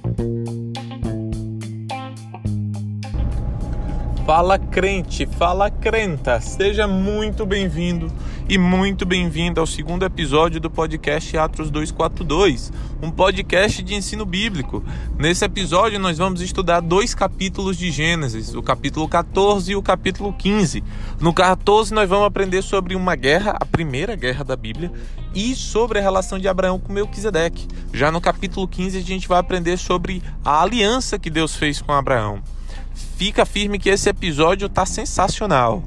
Fala crente, fala crenta, seja muito bem-vindo e muito bem-vinda ao segundo episódio do podcast Atos 242, um podcast de ensino bíblico. Nesse episódio nós vamos estudar 2 capítulos de Gênesis, o capítulo 14 e o capítulo 15. No 14 nós vamos aprender sobre uma guerra, a primeira guerra da Bíblia, e sobre a relação de Abraão com Melquisedeque. Já no capítulo 15 a gente vai aprender sobre a aliança que Deus fez com Abraão. Fica firme que esse episódio tá sensacional.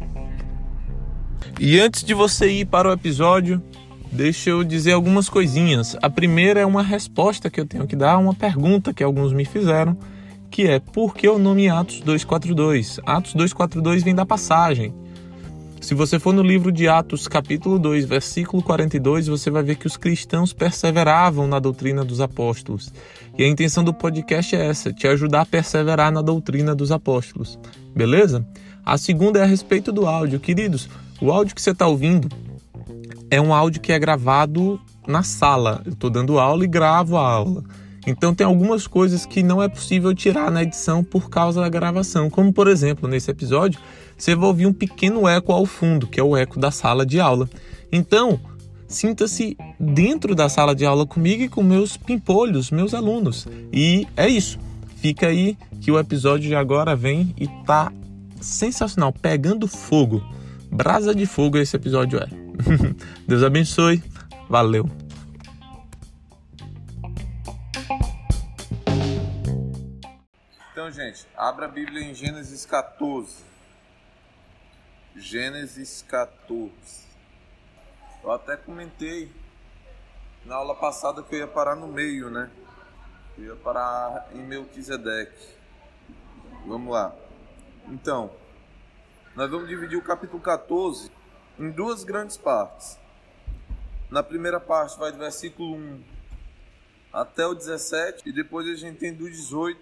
E antes de você ir para o episódio, deixa eu dizer algumas coisinhas. A primeira é uma resposta que eu tenho que dar a uma pergunta que alguns me fizeram, que é: por que o nome Atos 242? Atos 242 vem da passagem. Se você for no livro de Atos, capítulo 2, versículo 42, você vai ver que os cristãos perseveravam na doutrina dos apóstolos. E a intenção do podcast é essa, te ajudar a perseverar na doutrina dos apóstolos. Beleza? A segunda é a respeito do áudio. Queridos, o áudio que você está ouvindo é um áudio que é gravado na sala. Eu estou dando aula e gravo a aula. Então tem algumas coisas que não é possível tirar na edição por causa da gravação. Como, por exemplo, nesse episódio, você vai ouvir um pequeno eco ao fundo, que é o eco da sala de aula. Então, sinta-se dentro da sala de aula comigo e com meus pimpolhos, meus alunos. E é isso. Fica aí que o episódio de agora vem e tá sensacional, pegando fogo. Brasa de fogo esse episódio é. Deus abençoe. Valeu. Então, gente, abra a Bíblia em Gênesis 14. Gênesis 14. Eu até comentei na aula passada que eu ia parar no meio, né? Eu ia parar em Melquisedeque. Vamos lá. Então, nós vamos dividir o capítulo 14 em 2 grandes partes. Na primeira parte vai do versículo 1 até o 17 e depois a gente tem do 18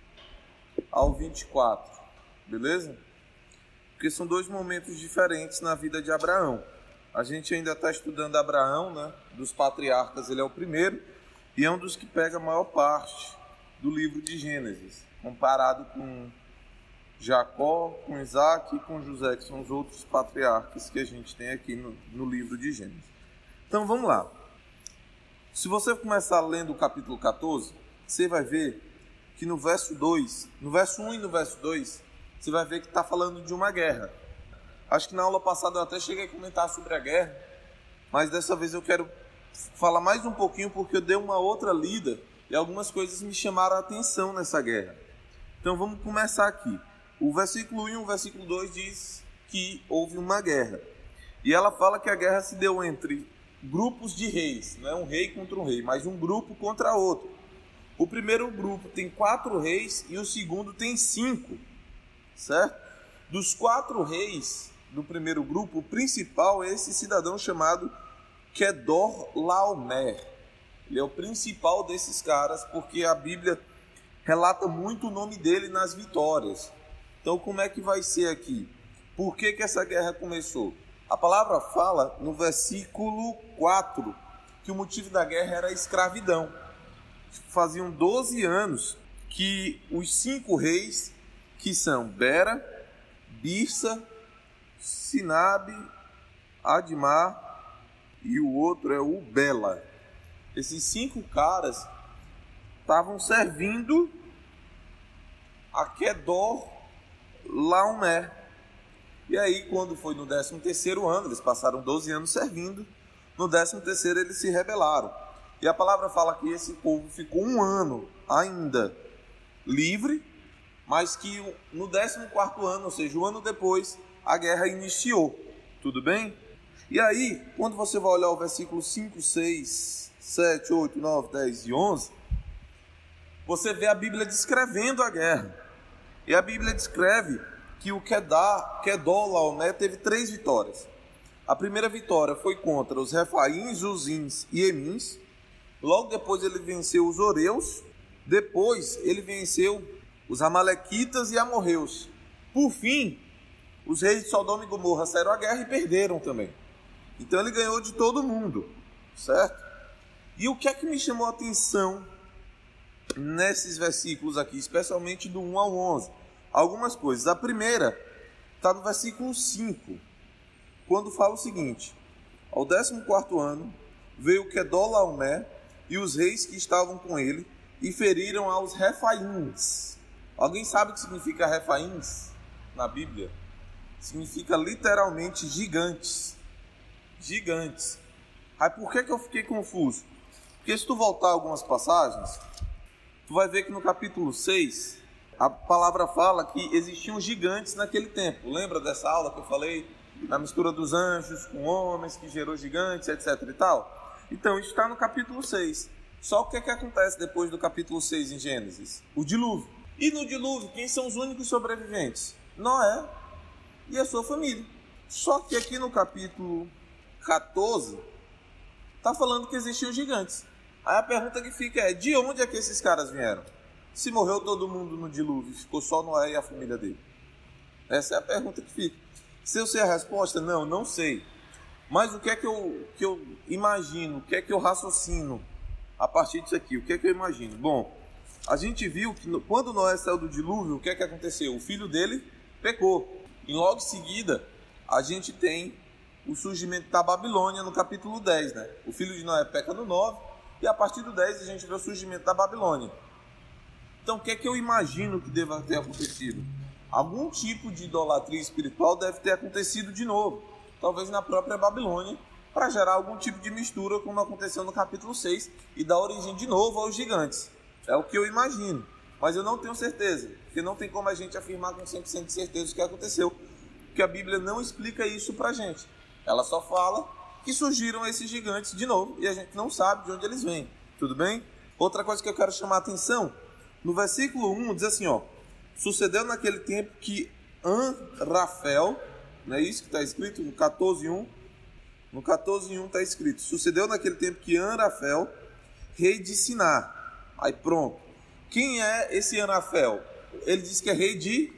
ao 24. Beleza? Porque são 2 momentos diferentes na vida de Abraão. A gente ainda está estudando Abraão, né? Dos patriarcas, ele é o primeiro e é um dos que pega a maior parte do livro de Gênesis, comparado com Jacó, com Isaac e com José, que são os outros patriarcas que a gente tem aqui no livro de Gênesis. Então vamos lá. Se você começar lendo o capítulo 14, você vai ver que no verso 2, no verso 1 e no verso 2, você vai ver que está falando de uma guerra. Acho que na aula passada eu até cheguei a comentar sobre a guerra, mas dessa vez eu quero falar mais um pouquinho porque eu dei uma outra lida e algumas coisas me chamaram a atenção nessa guerra. Então vamos começar aqui. O versículo 1 e o versículo 2 diz que houve uma guerra. E ela fala que a guerra se deu entre grupos de reis, não é um rei contra um rei, mas um grupo contra outro. O primeiro grupo tem 4 reis e o segundo tem 5. Certo? Dos 4 reis do primeiro grupo, o principal é esse cidadão chamado Quedorlaomer. Ele é o principal desses caras porque a Bíblia relata muito o nome dele nas vitórias. Então como é que vai ser aqui? Por que essa guerra começou? A palavra fala no versículo 4 que o motivo da guerra era a escravidão. Faziam 12 anos que os 5 reis, que são Bera, Birsa, Sinabe, Admar e o outro é o Bela. Esses 5 caras estavam servindo a Quedorlaomer. E aí, quando foi no 13º ano, eles passaram 12 anos servindo, no 13º eles se rebelaram. E a palavra fala que esse povo ficou 1 ano ainda livre, mas que no 14º ano, ou seja, 1 ano depois, a guerra iniciou. Tudo bem? E aí, quando você vai olhar o versículo 5, 6, 7, 8, 9, 10 e 11, você vê a Bíblia descrevendo a guerra. E a Bíblia descreve que o Quedorlaomer teve 3 vitórias. A primeira vitória foi contra os Refaíns, Uzins e Emins. Logo depois ele venceu os Oreus. Depois ele venceu os Amalequitas e Amorreus. Por fim, os reis de Sodoma e Gomorra saíram à guerra e perderam também. Então ele ganhou de todo mundo, certo? E o que é que me chamou a atenção nesses versículos aqui, especialmente do 1 ao 11, algumas coisas. A primeira está no versículo 5, quando fala o seguinte: ao 14º ano veio Quedorlaomer e os reis que estavam com ele e feriram aos Refaíns. Alguém sabe o que significa Refaíns na Bíblia? Significa literalmente gigantes. Gigantes. Aí por que eu fiquei confuso? Porque se tu voltar algumas passagens, tu vai ver que no capítulo 6, a palavra fala que existiam gigantes naquele tempo. Lembra dessa aula que eu falei? Da mistura dos anjos com homens, que gerou gigantes, etc e tal? Então, isso está no capítulo 6. Só o que acontece depois do capítulo 6 em Gênesis? O dilúvio. E no dilúvio, quem são os únicos sobreviventes? Noé e a sua família. Só que aqui no capítulo 14, está falando que existiam gigantes. Aí a pergunta que fica é: de onde é que esses caras vieram? Se morreu todo mundo no dilúvio, ficou só Noé e a família dele? Essa é a pergunta que fica. Se eu sei a resposta, não sei. Mas o que é que eu imagino, o que é que eu raciocino a partir disso aqui? O que é que eu imagino? Bom, a gente viu que quando Noé saiu do dilúvio, o que é que aconteceu? O filho dele pecou. E logo em seguida, a gente tem o surgimento da Babilônia no capítulo 10, né? O filho de Noé peca no 9, e a partir do 10 a gente vê o surgimento da Babilônia. Então, o que é que eu imagino que deva ter acontecido? Algum tipo de idolatria espiritual deve ter acontecido de novo, talvez na própria Babilônia, para gerar algum tipo de mistura, como aconteceu no capítulo 6, e dar origem de novo aos gigantes. É o que eu imagino, mas eu não tenho certeza, porque não tem como a gente afirmar com 100% de certeza o que aconteceu, porque a Bíblia não explica isso para a gente. Ela só fala que surgiram esses gigantes de novo, e a gente não sabe de onde eles vêm, tudo bem? Outra coisa que eu quero chamar a atenção, no versículo 1 diz assim, sucedeu naquele tempo que Anrafel, não é isso que está escrito no 14:1? No 14:1 está escrito: sucedeu naquele tempo que Anrafel, rei de Siná. Aí pronto. Quem é esse Anrafel? Ele diz que é rei de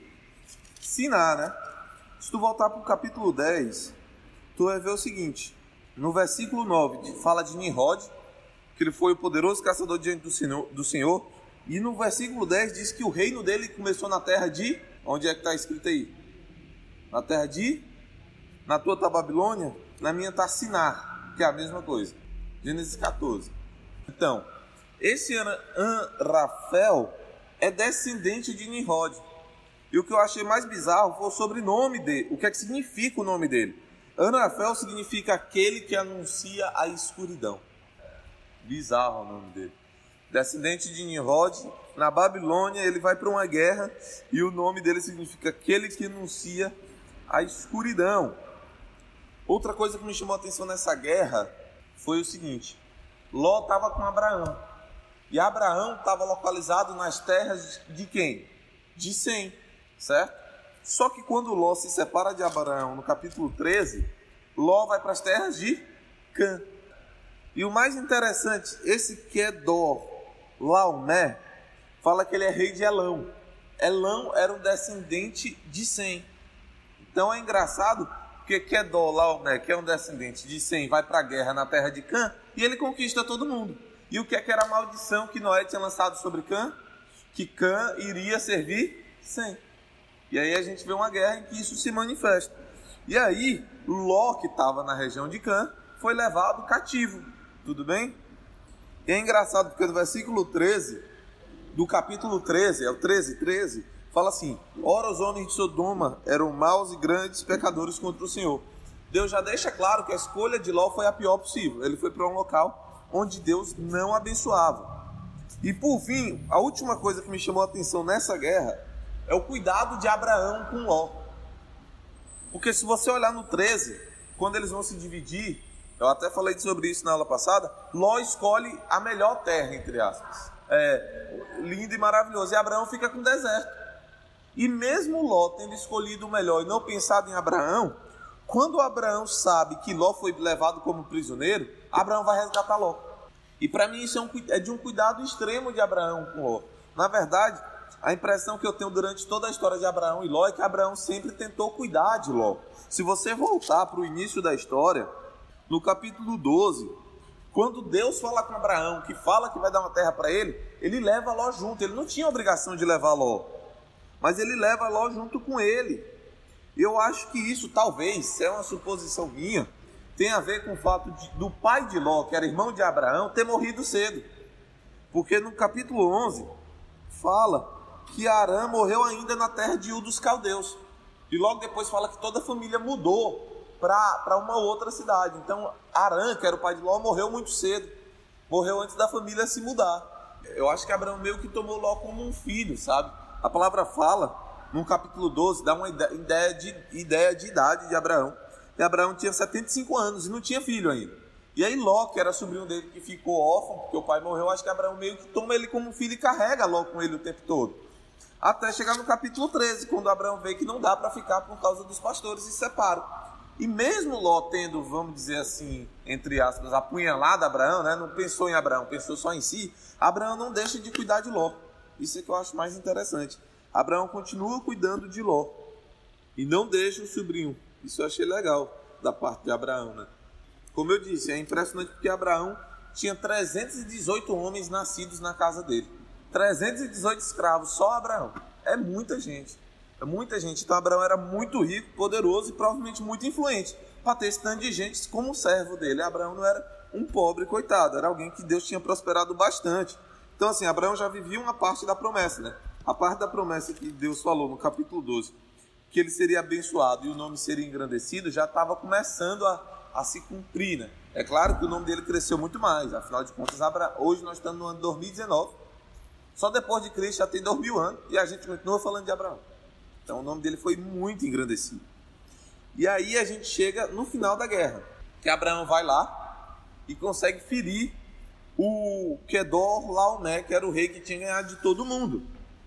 Siná, né? Se tu voltar para o capítulo 10, tu vai ver o seguinte: no versículo 9 fala de Nimrod, que ele foi o poderoso caçador diante do Senhor. E no versículo 10 diz que o reino dele começou na terra de... Onde é que está escrito aí? Na terra de... Na tua está Babilônia, na minha está Siná, que é a mesma coisa. Gênesis 14. Então, esse Anrafel é descendente de Nimrod. E o que eu achei mais bizarro foi o sobrenome dele. O que é que significa o nome dele? Anrafel significa aquele que anuncia a escuridão. Bizarro o nome dele. Descendente de Nimrod, na Babilônia ele vai para uma guerra e o nome dele significa aquele que anuncia a escuridão. Outra coisa que me chamou a atenção nessa guerra foi o seguinte: Ló estava com Abraão, e Abraão estava localizado nas terras de quem? De Sem, certo? Só que quando Ló se separa de Abraão, no capítulo 13, Ló vai para as terras de Cã. E o mais interessante, esse Quedorlaomer fala que ele é rei de Elão. Elão era um descendente de Sem. Então é engraçado porque Quedorlaomer, que é um descendente de Sem, vai para a guerra na terra de Cã e ele conquista todo mundo. E o que era a maldição que Noé tinha lançado sobre Cã? Que Cã iria servir Sem. E aí a gente vê uma guerra em que isso se manifesta. E aí Ló, que estava na região de Cã, foi levado cativo. Tudo bem? E é engraçado porque no versículo 13, do capítulo 13, é o 13, fala assim: ora os homens de Sodoma eram maus e grandes pecadores contra o Senhor. Deus já deixa claro que a escolha de Ló foi a pior possível. Ele foi para um local onde Deus não abençoava. E por fim, a última coisa que me chamou a atenção nessa guerra é o cuidado de Abraão com Ló. Porque se você olhar no 13, quando eles vão se dividir, eu até falei sobre isso na aula passada, Ló escolhe a melhor terra, entre aspas. Lindo e maravilhoso. E Abraão fica com o deserto. E mesmo Ló tendo escolhido o melhor e não pensado em Abraão, quando Abraão sabe que Ló foi levado como prisioneiro, Abraão vai resgatar Ló. E para mim isso é de um cuidado extremo de Abraão com Ló. Na verdade, a impressão que eu tenho durante toda a história de Abraão e Ló é que Abraão sempre tentou cuidar de Ló. Se você voltar para o início da história, no capítulo 12, Quando Deus fala com Abraão, que fala que vai dar uma terra para ele, ele leva Ló junto. Ele não tinha obrigação de levar Ló, mas ele leva Ló junto com ele. Eu acho que isso, talvez, se é uma suposição minha, tem a ver com o fato do pai de Ló, que era irmão de Abraão, ter morrido cedo. Porque no capítulo 11, fala que Arã morreu ainda na terra de Ur dos Caldeus. E logo depois fala que toda a família mudou para uma outra cidade. Então Arã, que era o pai de Ló, morreu muito cedo. Morreu antes da família se mudar. Eu acho que Abraão meio que tomou Ló como um filho, sabe? A palavra fala, no capítulo 12, dá uma ideia de idade de Abraão. E Abraão tinha 75 anos e não tinha filho ainda. E aí Ló, que era sobrinho dele, que ficou órfão, porque o pai morreu, acho que Abraão meio que toma ele como filho e carrega Ló com ele o tempo todo. Até chegar no capítulo 13, quando Abraão vê que não dá para ficar por causa dos pastores e se separam. E mesmo Ló tendo, vamos dizer assim, entre aspas, apunhalado Abraão, né? Não pensou em Abraão, pensou só em si, Abraão não deixa de cuidar de Ló. Isso é que eu acho mais interessante. Abraão continua cuidando de Ló e não deixa o sobrinho. Isso eu achei legal da parte de Abraão, né? Como eu disse, é impressionante porque Abraão tinha 318 homens nascidos na casa dele. 318 escravos, só Abraão. É muita gente. É muita gente. Então Abraão era muito rico, poderoso e provavelmente muito influente para ter esse tanto de gente como servo dele. Abraão não era um pobre coitado, era alguém que Deus tinha prosperado bastante. Então assim, Abraão já vivia uma parte da promessa, né? A parte da promessa que Deus falou no capítulo 12, que ele seria abençoado e o nome seria engrandecido, já estava começando a se cumprir, né? É claro que o nome dele cresceu muito mais. Afinal de contas, hoje nós estamos no ano 2019. Só depois de Cristo já tem 2000 anos e a gente continua falando de Abraão. Então o nome dele foi muito engrandecido. E aí a gente chega no final da guerra, que Abraão vai lá e consegue ferir o Quedor Laomé, que era o rei que tinha ganhado de todo mundo.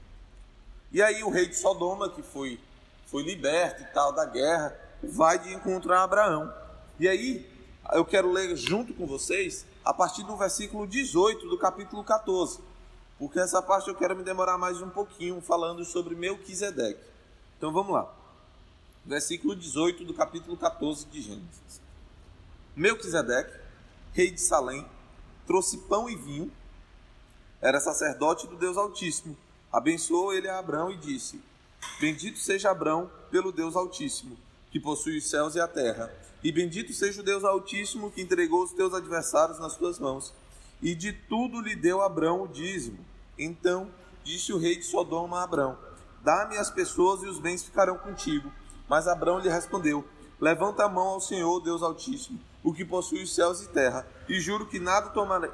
E aí o rei de Sodoma, que foi liberto e tal da guerra, vai de encontro a Abraão. E aí eu quero ler junto com vocês a partir do versículo 18 do capítulo 14. Porque essa parte eu quero me demorar mais um pouquinho falando sobre Melquisedeque. Então vamos lá. Versículo 18 do capítulo 14 de Gênesis. Melquisedeque, rei de Salém, trouxe pão e vinho, era sacerdote do Deus Altíssimo. Abençoou ele a Abrão e disse: Bendito seja Abrão pelo Deus Altíssimo, que possui os céus e a terra. E bendito seja o Deus Altíssimo, que entregou os teus adversários nas tuas mãos. E de tudo lhe deu Abrão o dízimo. Então disse o rei de Sodoma a Abrão: Dá-me as pessoas e os bens ficarão contigo. Mas Abrão lhe respondeu: Levanta a mão ao Senhor, Deus Altíssimo, o que possui os céus e terra, e juro que nada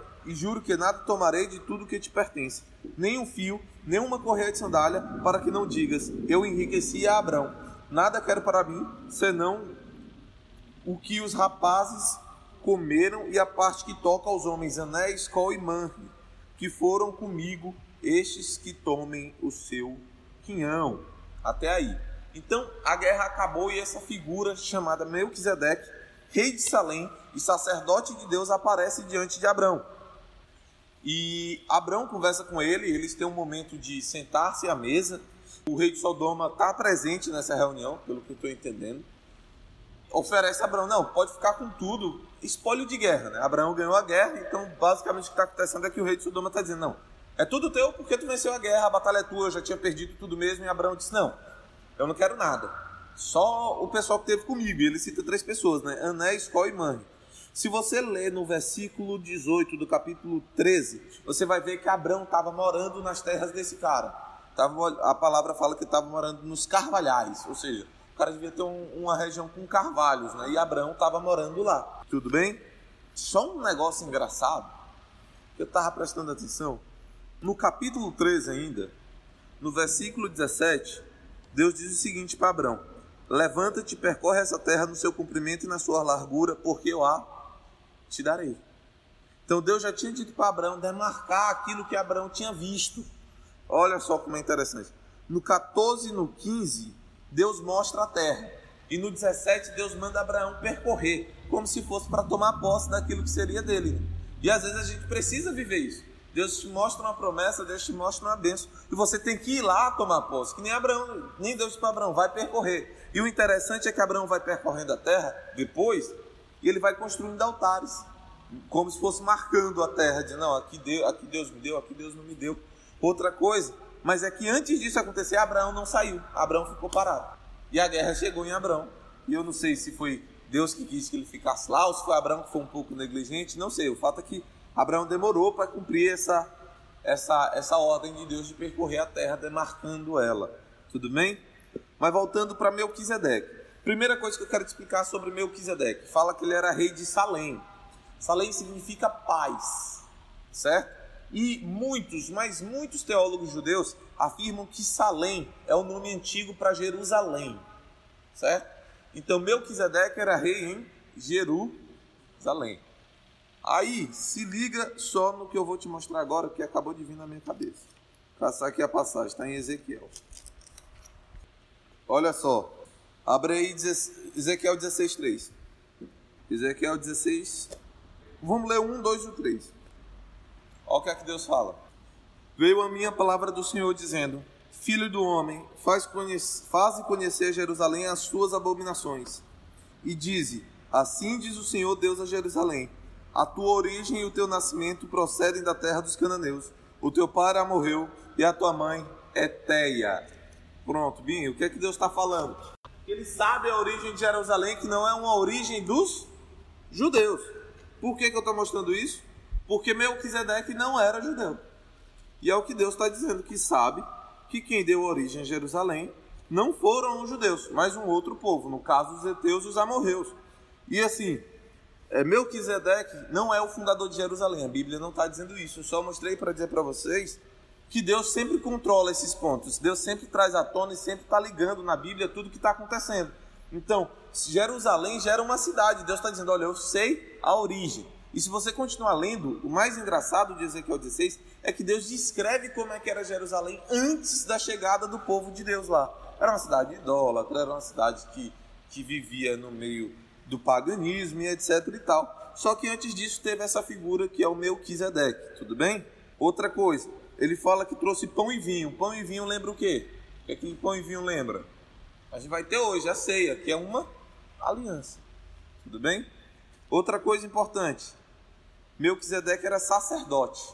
tomarei de tudo que te pertence, nem um fio, nem uma correia de sandália, para que não digas: Eu enriqueci a Abrão. Nada quero para mim, senão o que os rapazes comeram e a parte que toca aos homens Anéis, Col e Manre, que foram comigo, estes que tomem o seu quinhão. Até aí. Então a guerra acabou e essa figura chamada Melquisedeque, rei de Salém e sacerdote de Deus, aparece diante de Abrão. E Abrão conversa com ele, eles têm um momento de sentar-se à mesa. O rei de Sodoma está presente nessa reunião, pelo que eu estou entendendo. Oferece a Abrão: não, pode ficar com tudo, espólio de guerra, né? Abraão ganhou a guerra, então basicamente o que está acontecendo é que o rei de Sodoma está dizendo: não, é tudo teu porque tu venceu a guerra, a batalha é tua, eu já tinha perdido tudo mesmo. E Abraão disse: não, eu não quero nada, só o pessoal que esteve comigo. E ele cita 3 pessoas, né? Anéis, Col e Manre. Se você ler no versículo 18 do capítulo 13, você vai ver que Abrão estava morando nas terras desse cara. A palavra fala que estava morando nos carvalhais, ou seja, o cara devia ter uma região com carvalhos, né? E Abrão estava morando lá. Tudo bem? Só um negócio engraçado, que eu estava prestando atenção. No capítulo 13 ainda, no versículo 17, Deus diz o seguinte para Abrão: Levanta-te e percorre essa terra no seu comprimento e na sua largura, porque eu a te darei. Então Deus já tinha dito para Abrão demarcar aquilo que Abrão tinha visto. Olha só como é interessante. No 14 e no 15, Deus mostra a terra. E no 17, Deus manda Abraão percorrer, como se fosse para tomar posse daquilo que seria dele. E às vezes a gente precisa viver isso. Deus te mostra uma promessa, Deus te mostra uma bênção, e você tem que ir lá tomar posse. Que nem Abraão, nem Deus disse para Abraão: vai percorrer. E o interessante é que Abraão vai percorrendo a terra depois, e ele vai construindo altares. como se fosse marcando a terra, de não, aqui Deus me deu, aqui Deus não me deu. Outra coisa, mas é que antes disso acontecer, Abraão não saiu, Abraão ficou parado. E a guerra chegou em Abraão. E eu não sei se foi Deus que quis que ele ficasse lá, ou se foi Abraão que foi um pouco negligente, não sei. O fato é que Abraão demorou para cumprir essa ordem de Deus de percorrer a terra, demarcando ela. Tudo bem? Mas voltando para Melquisedeque. Primeira coisa que eu quero te explicar sobre Melquisedeque. Fala que ele era rei de Salém. Salém significa paz, certo? E muitos teólogos judeus afirmam que Salém é o nome antigo para Jerusalém, certo? Então Melquisedeque era rei em Jerusalém. Aí se liga só no que eu vou te mostrar agora, que acabou de vir na minha cabeça. Caçar aqui a passagem, está em Ezequiel. Olha só, abre aí Ezequiel 16:3. Ezequiel 16, vamos ler 1, 2 e 3. Olha o que é que Deus fala. Veio a minha palavra do Senhor dizendo: Filho do homem, faze conhecer Jerusalém as suas abominações. E dize: assim diz o Senhor Deus a Jerusalém: a tua origem e o teu nascimento procedem da terra dos cananeus. O teu pai morreu e a tua mãe é Teia. Pronto, Binho, o que é que Deus está falando? Ele sabe a origem de Jerusalém, que não é uma origem dos judeus. Por que eu estou mostrando isso? Porque Melquisedeque não era judeu. E é o que Deus está dizendo, que sabe que quem deu origem a Jerusalém não foram os judeus, mas um outro povo, no caso os heteus e os amorreus. E assim, Melquisedeque não é o fundador de Jerusalém, a Bíblia não está dizendo isso. Eu só mostrei para dizer para vocês que Deus sempre controla esses pontos, Deus sempre traz à tona e sempre está ligando na Bíblia tudo que está acontecendo. Então, Jerusalém já era uma cidade, Deus está dizendo, olha, eu sei a origem. E se você continuar lendo, o mais engraçado de Ezequiel 16 é que Deus descreve como é que era Jerusalém antes da chegada do povo de Deus lá. Era uma cidade idólatra, era uma cidade que vivia no meio do paganismo e etc e tal. Só que antes disso teve essa figura que é o Melquisedeque, tudo bem? Outra coisa, ele fala que trouxe pão e vinho. Pão e vinho lembra o quê? O que é que pão e vinho lembra? A gente vai ter hoje a ceia, que é uma aliança, tudo bem? Outra coisa importante, Melquisedeque era sacerdote.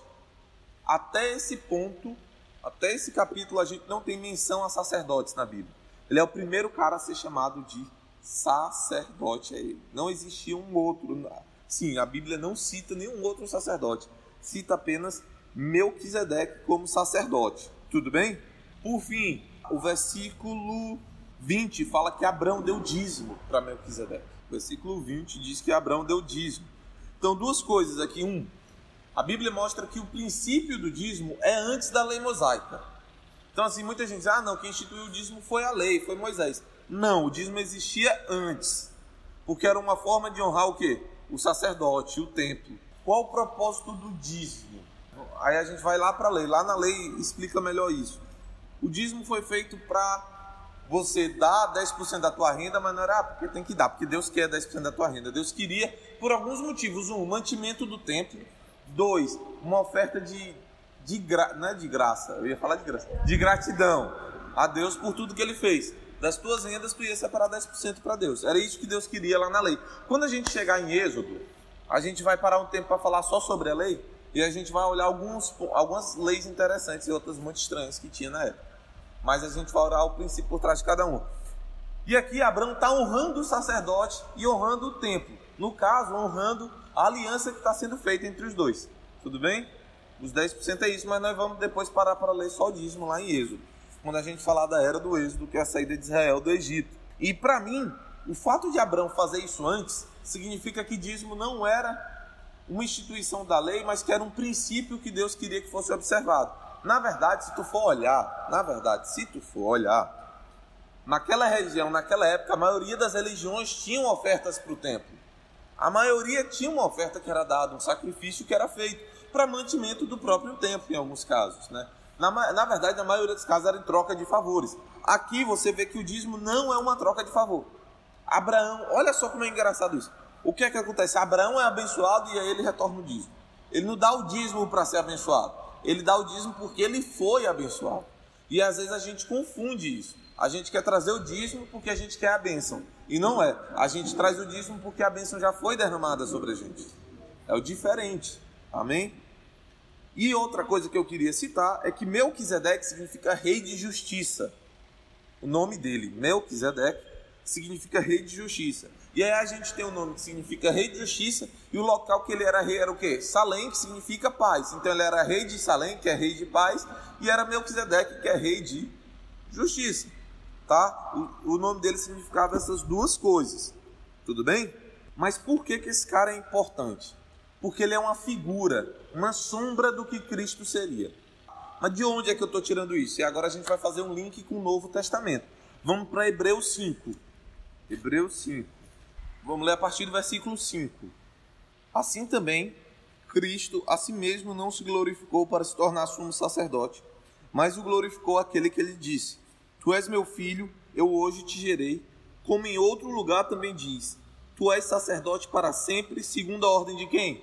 Até esse ponto, até esse capítulo, a gente não tem menção a sacerdotes na Bíblia. Ele é o primeiro cara a ser chamado de sacerdote. É ele. Não existia um outro. Sim, a Bíblia não cita nenhum outro sacerdote. Cita apenas Melquisedeque como sacerdote. Tudo bem? Por fim, o versículo 20 fala que Abrão deu dízimo para Melquisedeque. O versículo 20 diz que Abrão deu dízimo. Então, duas coisas aqui. A Bíblia mostra que o princípio do dízimo é antes da lei mosaica. Então, assim, muita gente diz, não, quem instituiu o dízimo foi a lei, foi Moisés. Não, o dízimo existia antes, porque era uma forma de honrar o quê? O sacerdote, o templo. Qual o propósito do dízimo? Aí a gente vai lá para a lei, lá na lei explica melhor isso. O dízimo foi feito para você dar 10% da tua renda, mas não era porque tem que dar, porque Deus quer 10% da tua renda. Deus queria, por alguns motivos: um, mantimento do templo; dois, uma oferta não é de graça, eu ia falar de graça, de gratidão a Deus por tudo que Ele fez. Das tuas rendas tu ia separar 10% para Deus. Era isso que Deus queria lá na lei. Quando a gente chegar em Êxodo, a gente vai parar um tempo para falar só sobre a lei, e a gente vai olhar algumas leis interessantes e outras muito estranhas que tinha na época. Mas a gente vai orar o princípio por trás de cada um. E aqui Abraão está honrando o sacerdote e honrando o templo. No caso, honrando a aliança que está sendo feita entre os dois. Tudo bem? Os 10% é isso, mas nós vamos depois parar para ler só o dízimo lá em Êxodo, quando a gente falar da era do Êxodo, que é a saída de Israel do Egito. E para mim, o fato de Abraão fazer isso antes significa que dízimo não era uma instituição da lei, mas que era um princípio que Deus queria que fosse observado. Na verdade, se tu for olhar, naquela região, naquela época, a maioria das religiões tinham ofertas para o templo. A maioria tinha uma oferta que era dada, um sacrifício que era feito para mantimento do próprio templo, em alguns casos, né? Na verdade, na maioria dos casos era em troca de favores. Aqui você vê que o dízimo não é uma troca de favor. Abraão, olha só como é engraçado isso. O que é que acontece? Abraão é abençoado e aí ele retorna o dízimo. Ele não dá o dízimo para ser abençoado. Ele dá o dízimo porque ele foi abençoado. E às vezes a gente confunde isso. A gente quer trazer o dízimo porque a gente quer a bênção. E não é. A gente traz o dízimo porque a bênção já foi derramada sobre a gente. é o diferente. Amém? E outra coisa que eu queria citar é que Melquisedeque significa rei de justiça. O nome dele, Melquisedeque, significa rei de justiça. E aí a gente tem um nome que significa rei de justiça, e o local que ele era rei era o quê? Salém, que significa paz. Então ele era rei de Salém, que é rei de paz, e era Melquisedeque, que é rei de justiça. Tá? O nome dele significava essas duas coisas. Tudo bem? Mas por que esse cara é importante? Porque ele é uma figura, uma sombra do que Cristo seria. Mas de onde é que eu estou tirando isso? E agora a gente vai fazer um link com o Novo Testamento. Vamos para Hebreus 5. Hebreus 5. Vamos ler a partir do versículo 5. Assim também, Cristo a si mesmo não se glorificou para se tornar sumo sacerdote, mas o glorificou aquele que lhe disse: Tu és meu filho, eu hoje te gerei. Como em outro lugar também diz: Tu és sacerdote para sempre, segundo a ordem de quem?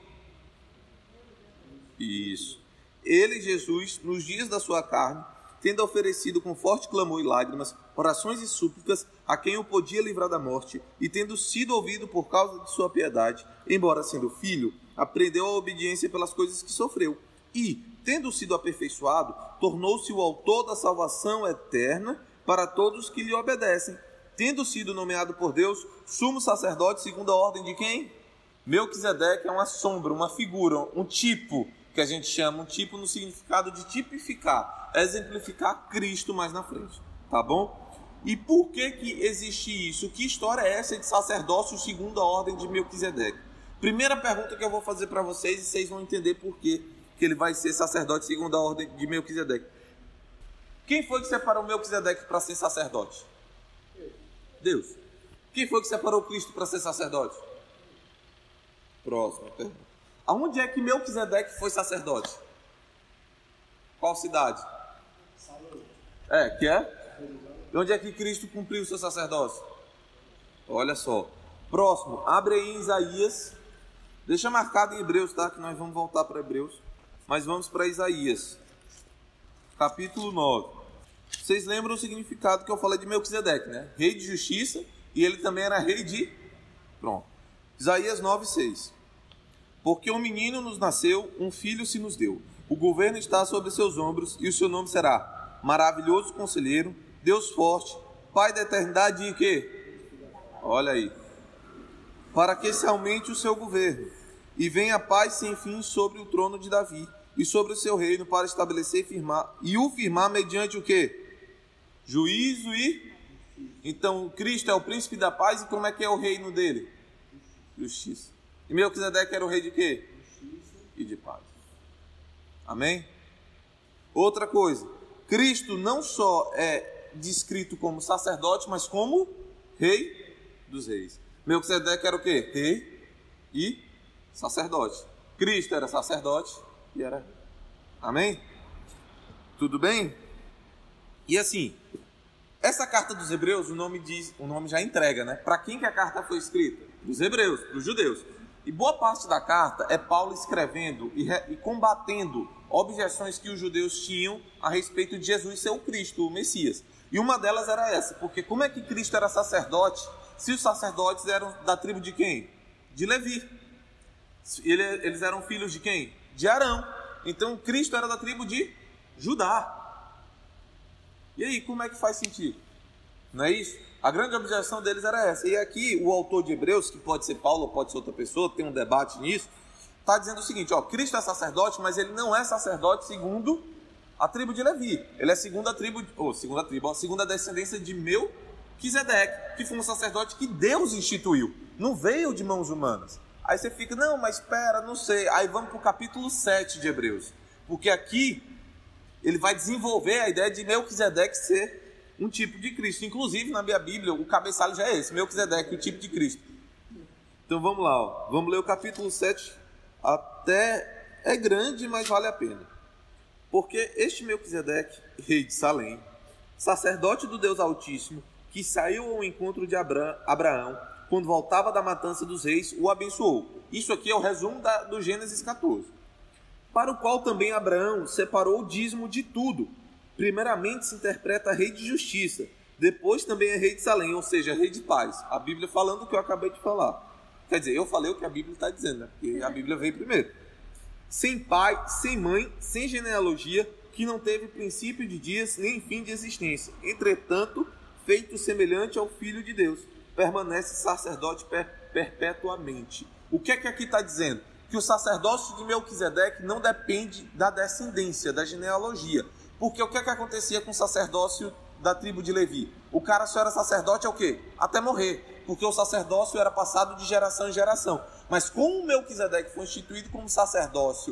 Isso. Ele, Jesus, nos dias da sua carne, tendo oferecido com forte clamor e lágrimas, orações e súplicas a quem o podia livrar da morte, e tendo sido ouvido por causa de sua piedade, embora sendo filho, aprendeu a obediência pelas coisas que sofreu, e, tendo sido aperfeiçoado, tornou-se o autor da salvação eterna para todos que lhe obedecem, tendo sido nomeado por Deus sumo sacerdote segundo a ordem de quem? Melquisedeque é uma sombra, uma figura, um tipo, que a gente chama, um tipo no significado de tipificar, exemplificar Cristo mais na frente, tá bom? E por que existe isso? Que história é essa de sacerdócio segundo a ordem de Melquisedeque? Primeira pergunta que eu vou fazer para vocês, e vocês vão entender por que ele vai ser sacerdote segundo a ordem de Melquisedeque. Quem foi que separou Melquisedeque para ser sacerdote? Deus. Quem foi que separou Cristo para ser sacerdote? Próxima pergunta. Aonde é que Melquisedeque foi sacerdote? Qual cidade? Que é? E onde é que Cristo cumpriu o seu sacerdócio? Olha só. Próximo, abre aí em Isaías. Deixa marcado em Hebreus, tá? Que nós vamos voltar para Hebreus. Mas vamos para Isaías. Capítulo 9. Vocês lembram o significado que eu falei de Melquisedeque, né? Rei de justiça, e ele também era rei de... Pronto. Isaías 9:6. Porque um menino nos nasceu, um filho se nos deu. O governo está sobre seus ombros, e o seu nome será Maravilhoso Conselheiro, Deus Forte, Pai da Eternidade e quê? Olha aí. Para que se aumente o seu governo, e venha a paz sem fim sobre o trono de Davi, e sobre o seu reino, para estabelecer e o firmar mediante o quê? Juízo e... Então, Cristo é o príncipe da paz, e como é que é o reino dele? Justiça. E Melquisedeque era o rei de quê? Justiça e de paz. Amém? Outra coisa, Cristo não só é descrito como sacerdote, mas como rei dos reis. Melquisedeque era o quê? Rei e sacerdote. Cristo era sacerdote e era rei. Amém? Tudo bem? E assim, essa carta dos Hebreus, o nome já entrega, né? Para quem que a carta foi escrita? Dos Hebreus, para os judeus. E boa parte da carta é Paulo escrevendo e combatendo objeções que os judeus tinham a respeito de Jesus ser o Cristo, o Messias. E uma delas era essa, porque como é que Cristo era sacerdote, se os sacerdotes eram da tribo de quem? De Levi. Eles eram filhos de quem? De Arão. Então Cristo era da tribo de Judá. E aí, como é que faz sentido? Não é isso? A grande objeção deles era essa. E aqui o autor de Hebreus, que pode ser Paulo ou pode ser outra pessoa, tem um debate nisso, está dizendo o seguinte, Cristo é sacerdote, mas ele não é sacerdote segundo a tribo de Levi. Ele é segunda descendência de Melquisedeque, que foi um sacerdote que Deus instituiu, não veio de mãos humanas. Aí você fica, não, mas espera, não sei. Aí vamos para o capítulo 7 de Hebreus, porque aqui ele vai desenvolver a ideia de Melquisedeque ser um tipo de Cristo. Inclusive, na minha Bíblia, o cabeçalho já é esse, Melquisedeque, o tipo de Cristo. Então vamos lá, vamos ler o capítulo 7, até é grande, mas vale a pena. Porque este Melquisedeque, rei de Salém, sacerdote do Deus Altíssimo, que saiu ao encontro de Abraão, quando voltava da matança dos reis, o abençoou. Isso aqui é o resumo do Gênesis 14. Para o qual também Abraão separou o dízimo de tudo. Primeiramente se interpreta rei de justiça, depois também é rei de Salém, ou seja, rei de paz. A Bíblia falando o que eu acabei de falar. Quer dizer, eu falei o que a Bíblia está dizendo, né? Porque a Bíblia veio primeiro. Sem pai, sem mãe, sem genealogia, que não teve princípio de dias nem fim de existência. Entretanto, feito semelhante ao Filho de Deus, permanece sacerdote perpetuamente. O que é que aqui está dizendo? Que o sacerdócio de Melquisedeque não depende da descendência, da genealogia. Porque o que é que acontecia com o sacerdócio da tribo de Levi? O cara só era sacerdote ao quê? Até morrer. Porque o sacerdócio era passado de geração em geração. Mas como Melquisedeque foi instituído como sacerdote,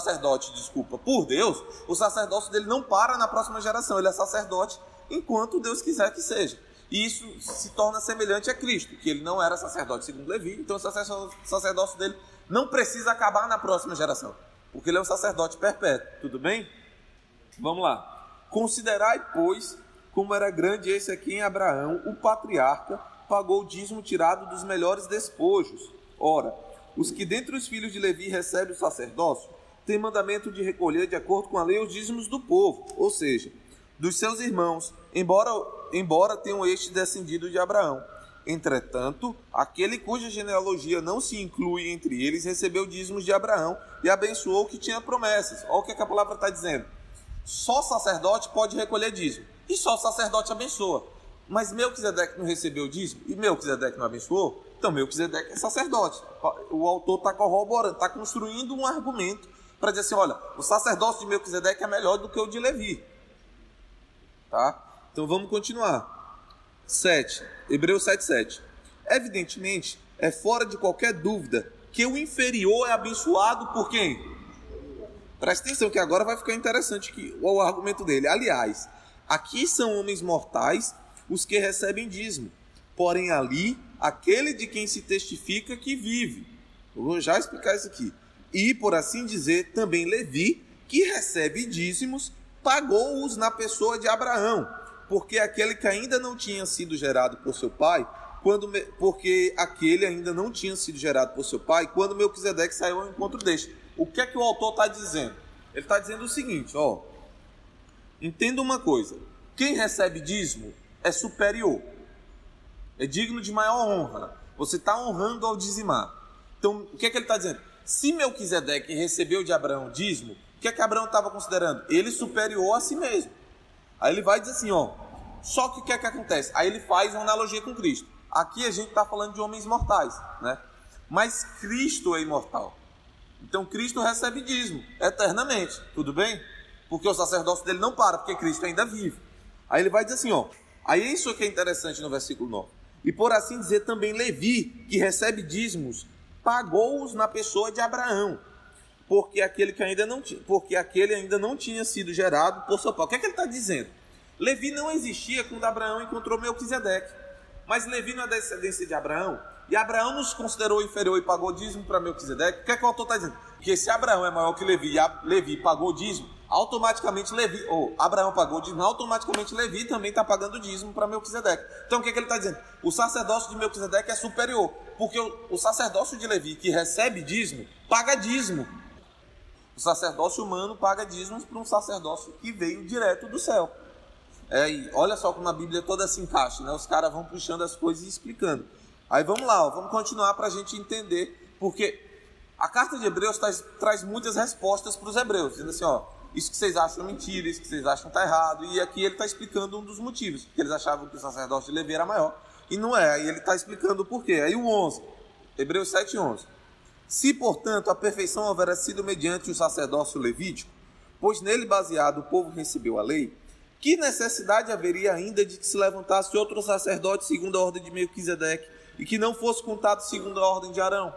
por Deus, o sacerdócio dele não para na próxima geração. Ele é sacerdote enquanto Deus quiser que seja. E isso se torna semelhante a Cristo, que ele não era sacerdote segundo Levi, então o sacerdócio dele não precisa acabar na próxima geração, porque ele é um sacerdote perpétuo. Tudo bem? Vamos lá. Considerai, pois, como era grande esse aqui em Abraão, o patriarca, pagou o dízimo tirado dos melhores despojos. Ora, os que dentre os filhos de Levi recebem o sacerdócio, têm mandamento de recolher de acordo com a lei os dízimos do povo, ou seja, dos seus irmãos, embora tenham este descendido de Abraão. Entretanto, aquele cuja genealogia não se inclui entre eles, recebeu dízimos de Abraão e abençoou o que tinha promessas. Olha o que a palavra está dizendo. Só sacerdote pode recolher dízimo, e só o sacerdote abençoa. Mas Melquisedeque não recebeu dízimo, e Melquisedeque não abençoou, então Melquisedeque é sacerdote. O autor está corroborando, está construindo um argumento para dizer assim, olha, o sacerdócio de Melquisedeque é melhor do que o de Levi. Tá? Então vamos continuar. 7, Hebreus 7:7. Evidentemente, é fora de qualquer dúvida que o inferior é abençoado por quem? Presta atenção que agora vai ficar interessante o argumento dele. Aliás, aqui são homens mortais os que recebem dízimo, porém ali, aquele de quem se testifica que vive. Eu vou já explicar isso aqui. E, por assim dizer, também Levi, que recebe dízimos, pagou-os na pessoa de Abraão, porque aquele que ainda não tinha sido gerado por seu pai, quando Melquisedeque saiu ao encontro deste. O que é que o autor está dizendo? Ele está dizendo o seguinte, entenda uma coisa, quem recebe dízimo é superior, é digno de maior honra, você está honrando ao dizimar. Então, o que é que ele está dizendo? Se Melquisedeque recebeu de Abraão dízimo, o que é que Abraão estava considerando? Ele superior a si mesmo. Aí ele vai dizer assim, só que o que é que acontece? Aí ele faz uma analogia com Cristo. Aqui a gente está falando de homens mortais, né? Mas Cristo é imortal. Então Cristo recebe dízimo eternamente, tudo bem? Porque o sacerdócio dele não para, porque Cristo ainda vive. Aí ele vai dizer assim, aí é isso que é interessante no versículo 9. E por assim dizer também Levi, que recebe dízimos, pagou-os na pessoa de Abraão, porque aquele ainda não tinha sido gerado por seu pai. O que é que ele está dizendo? Levi não existia quando Abraão encontrou Melquisedeque, mas Levi não é descendência de Abraão, e Abraão nos considerou inferior e pagou dízimo para Melquisedeque. O que é que o autor está dizendo? Porque se Abraão é maior que Levi e Levi pagou dízimo, automaticamente Abraão pagou dízimo, automaticamente Levi também está pagando dízimo para Melquisedeque. Então o que é que ele está dizendo? O sacerdócio de Melquisedeque é superior, porque o sacerdócio de Levi que recebe dízimo, paga dízimo. O sacerdócio humano paga dízimos para um sacerdócio que veio direto do céu. E olha só como a Bíblia toda se encaixa, né? Os caras vão puxando as coisas e explicando. Aí vamos lá, vamos continuar para a gente entender, porque a carta de Hebreus traz muitas respostas para os hebreus, dizendo assim, isso que vocês acham mentira, isso que vocês acham está errado, e aqui ele está explicando um dos motivos, porque eles achavam que o sacerdócio de Levi era maior, e não é, aí ele está explicando o porquê. Aí o 11, Hebreus 7:11. Se, portanto, a perfeição houvera sido mediante o sacerdócio levítico, pois nele baseado o povo recebeu a lei, que necessidade haveria ainda de que se levantasse outro sacerdote segundo a ordem de Melquisedeque, e que não fosse contado segundo a ordem de Arão?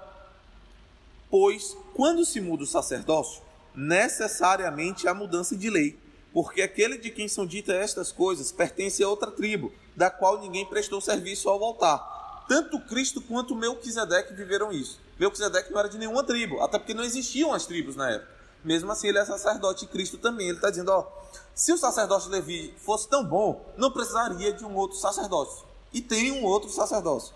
Pois, quando se muda o sacerdócio, necessariamente há mudança de lei, porque aquele de quem são ditas estas coisas pertence a outra tribo, da qual ninguém prestou serviço ao voltar. Tanto Cristo quanto Melquisedeque viveram isso. Melquisedeque não era de nenhuma tribo, até porque não existiam as tribos na época. Mesmo assim, ele é sacerdote, e Cristo também. Ele está dizendo, se o sacerdócio de Levi fosse tão bom, não precisaria de um outro sacerdócio. E tem um outro sacerdócio.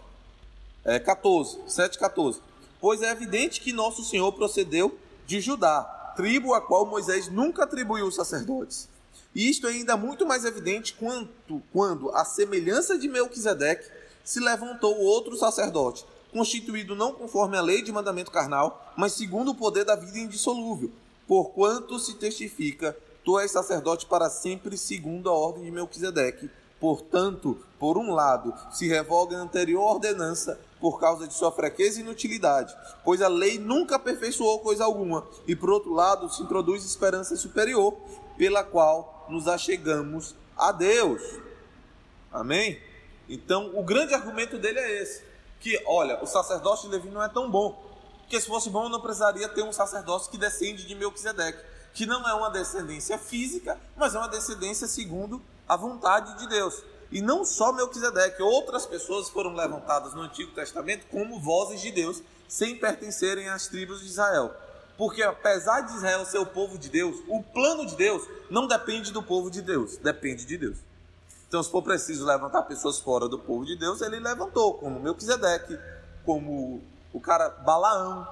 7:14. Pois é evidente que nosso Senhor procedeu de Judá, tribo a qual Moisés nunca atribuiu os sacerdotes. E isto é ainda muito mais evidente quando, à semelhança de Melquisedeque, se levantou outro sacerdote, constituído não conforme a lei de mandamento carnal, mas segundo o poder da vida indissolúvel. Porquanto se testifica, tu és sacerdote para sempre, segundo a ordem de Melquisedeque. Portanto, por um lado, se revoga a anterior ordenança por causa de sua fraqueza e inutilidade, pois a lei nunca aperfeiçoou coisa alguma, e por outro lado, se introduz esperança superior, pela qual nos achegamos a Deus. Amém? Então, o grande argumento dele é esse, que, olha, o sacerdócio de Levi não é tão bom, porque se fosse bom, não precisaria ter um sacerdócio que descende de Melquisedeque, que não é uma descendência física, mas é uma descendência segundo a vontade de Deus. E não só Melquisedeque, outras pessoas foram levantadas no Antigo Testamento como vozes de Deus, sem pertencerem às tribos de Israel. Porque apesar de Israel ser o povo de Deus, o plano de Deus não depende do povo de Deus, depende de Deus. Então, se for preciso levantar pessoas fora do povo de Deus, ele levantou, como Melquisedeque, como o cara Balaão,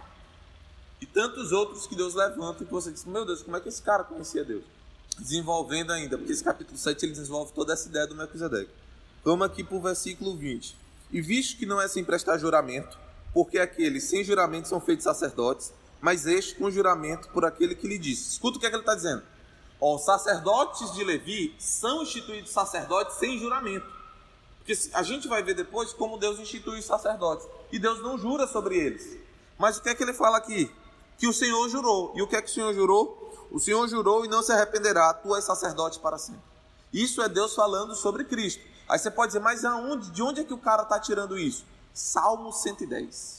e tantos outros que Deus levanta, e que você diz, meu Deus, como é que esse cara conhecia Deus? Desenvolvendo ainda, porque esse capítulo 7 ele desenvolve toda essa ideia do Melquisedeque. Vamos aqui para o versículo 20. E visto que não é sem prestar juramento, porque aqueles sem juramento são feitos sacerdotes, mas este com juramento por aquele que lhe disse. Escuta o que é que ele está dizendo. Os sacerdotes de Levi são instituídos sacerdotes sem juramento. Porque a gente vai ver depois como Deus institui os sacerdotes. E Deus não jura sobre eles. Mas o que é que ele fala aqui? Que o Senhor jurou. E o que é que o Senhor jurou? O Senhor jurou e não se arrependerá, tu és sacerdote para sempre. Isso é Deus falando sobre Cristo. Aí você pode dizer, mas aonde? De onde é que o cara está tirando isso? Salmo 110.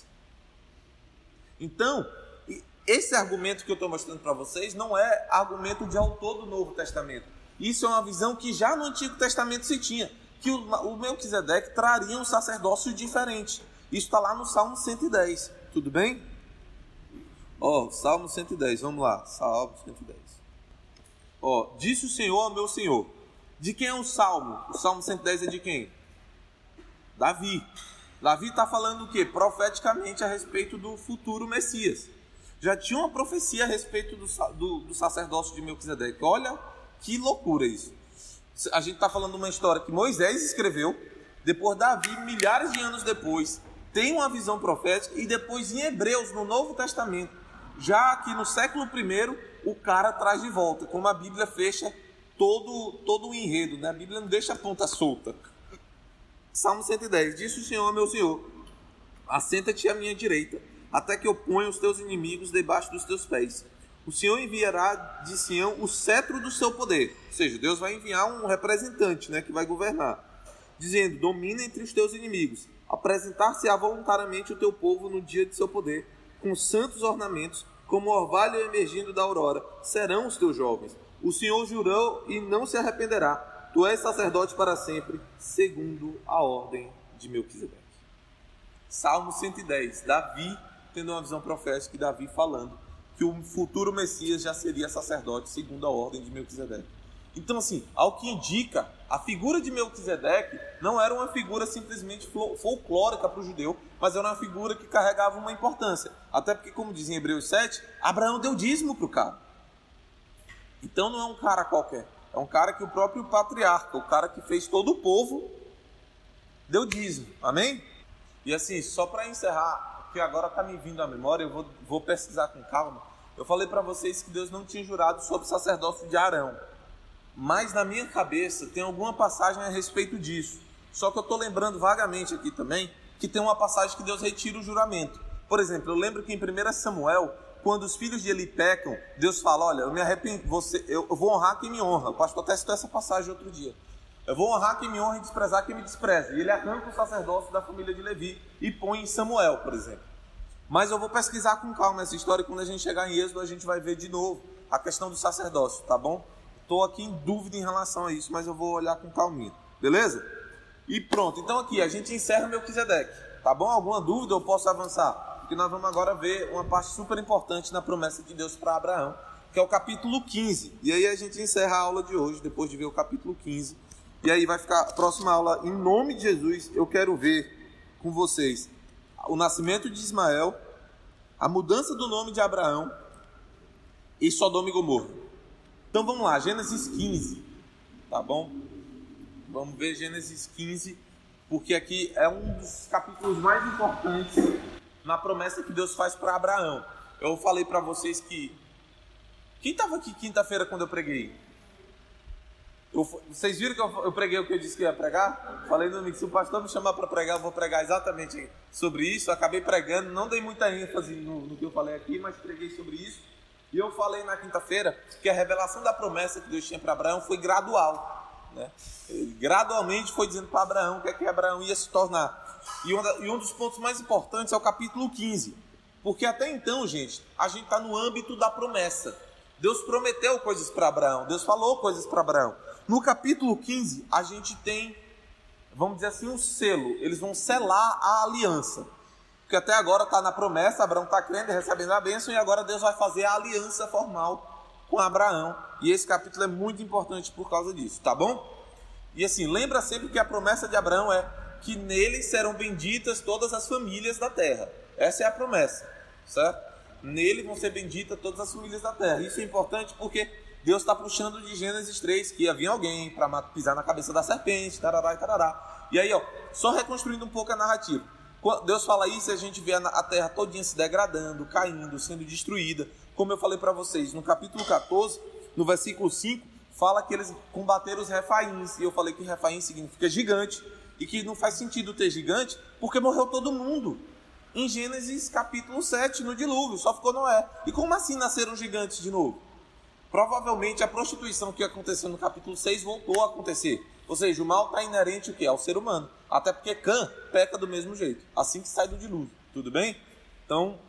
Então, esse argumento que eu estou mostrando para vocês não é argumento de autor do Novo Testamento. Isso é uma visão que já no Antigo Testamento se tinha, que o Melquisedeque traria um sacerdócio diferente. Isso está lá no Salmo 110. Tudo bem? Salmo 110, vamos lá, Salmo 110. Disse o Senhor ao meu Senhor. De quem é o Salmo? O Salmo 110 é de quem? Davi. Davi está falando o quê? Profeticamente a respeito do futuro Messias. Já tinha uma profecia a respeito do sacerdócio de Melquisedeque. Olha que loucura isso. A gente está falando de uma história que Moisés escreveu, depois Davi, milhares de anos depois, tem uma visão profética, e depois em Hebreus, no Novo Testamento, já aqui no século I, o cara traz de volta, como a Bíblia fecha todo o enredo, né? A Bíblia não deixa a ponta solta. Salmo 110, disse o Senhor ao meu Senhor, assenta-te à minha direita, até que eu ponha os teus inimigos debaixo dos teus pés. O Senhor enviará de Sião o cetro do seu poder, ou seja, Deus vai enviar um representante, né, que vai governar, dizendo, domina entre os teus inimigos, apresentar-se-á voluntariamente o teu povo no dia de seu poder, com santos ornamentos, como orvalho emergindo da aurora, serão os teus jovens. O Senhor jurou e não se arrependerá. Tu és sacerdote para sempre, segundo a ordem de Melquisedeque. Salmo 110, Davi tendo uma visão profética, e Davi falando que o futuro Messias já seria sacerdote, segundo a ordem de Melquisedeque. Então, assim, ao que indica, a figura de Melquisedeque não era uma figura simplesmente folclórica para o judeu, mas era uma figura que carregava uma importância. Até porque, como diz em Hebreus 7, Abraão deu dízimo para o cara. Então não é um cara qualquer, é um cara que o próprio patriarca, o cara que fez todo o povo, deu dízimo. Amém? E assim, só para encerrar, porque agora está me vindo à memória, eu vou pesquisar com calma. Eu falei para vocês que Deus não tinha jurado sobre o sacerdócio de Arão. Mas na minha cabeça tem alguma passagem a respeito disso. Só que eu estou lembrando vagamente aqui também que tem uma passagem que Deus retira o juramento. Por exemplo, eu lembro que em 1 Samuel, quando os filhos de Eli pecam, Deus fala, olha, eu me arrependo, eu vou honrar quem me honra. O pastor até citou essa passagem outro dia. Eu vou honrar quem me honra e desprezar quem me despreza. E ele arranca o sacerdócio da família de Levi e põe em Samuel, por exemplo. Mas eu vou pesquisar com calma essa história, e quando a gente chegar em Êxodo a gente vai ver de novo a questão do sacerdócio, tá bom? Estou aqui em dúvida em relação a isso, mas eu vou olhar com calminha, beleza? E pronto, então aqui a gente encerra Melquisedeque, tá bom? Alguma dúvida eu posso avançar? Porque nós vamos agora ver uma parte super importante na promessa de Deus para Abraão, que é o capítulo 15. E aí a gente encerra a aula de hoje, depois de ver o capítulo 15. E aí vai ficar a próxima aula, em nome de Jesus, eu quero ver com vocês o nascimento de Ismael, a mudança do nome de Abraão e Sodoma e Gomorra. Então vamos lá, Gênesis 15, tá bom? Vamos ver Gênesis 15, porque aqui é um dos capítulos mais importantes na promessa que Deus faz para Abraão. Eu falei para vocês que... Quem estava aqui quinta-feira quando eu preguei? Vocês viram que eu preguei o que eu disse que ia pregar? Falei no domingo, se o pastor me chamar para pregar, eu vou pregar exatamente sobre isso. Eu acabei pregando, não dei muita ênfase no que eu falei aqui, mas preguei sobre isso. E eu falei na quinta-feira que a revelação da promessa que Deus tinha para Abraão foi gradual, né? Ele gradualmente foi dizendo para Abraão o que é que Abraão ia se tornar. E um dos pontos mais importantes é o capítulo 15. Porque até então, gente, a gente está no âmbito da promessa. Deus prometeu coisas para Abraão, Deus falou coisas para Abraão. No capítulo 15, a gente tem, vamos dizer assim, um selo. Eles vão selar a aliança. Porque até agora está na promessa, Abraão está crendo e recebendo a bênção, e agora Deus vai fazer a aliança formal com Abraão. E esse capítulo é muito importante por causa disso, tá bom? E assim, lembra sempre que a promessa de Abraão é que nele serão benditas todas as famílias da terra. Essa é a promessa, certo? Nele vão ser benditas todas as famílias da terra. Isso é importante porque Deus está puxando de Gênesis 3 que ia vir alguém para pisar na cabeça da serpente, tarará e tarará. E aí, ó, só reconstruindo um pouco a narrativa. Quando Deus fala isso, a gente vê a terra todinha se degradando, caindo, sendo destruída. Como eu falei para vocês, no capítulo 14, no versículo 5, fala que eles combateram os refaíns. E eu falei que refaim significa gigante. E que não faz sentido ter gigante porque morreu todo mundo. Em Gênesis capítulo 7, no dilúvio, só ficou Noé. E como assim nasceram gigantes de novo? Provavelmente a prostituição que aconteceu no capítulo 6 voltou a acontecer. Ou seja, o mal está inerente ao ser humano. Até porque Cã peca do mesmo jeito, assim que sai do dilúvio. Tudo bem? Então,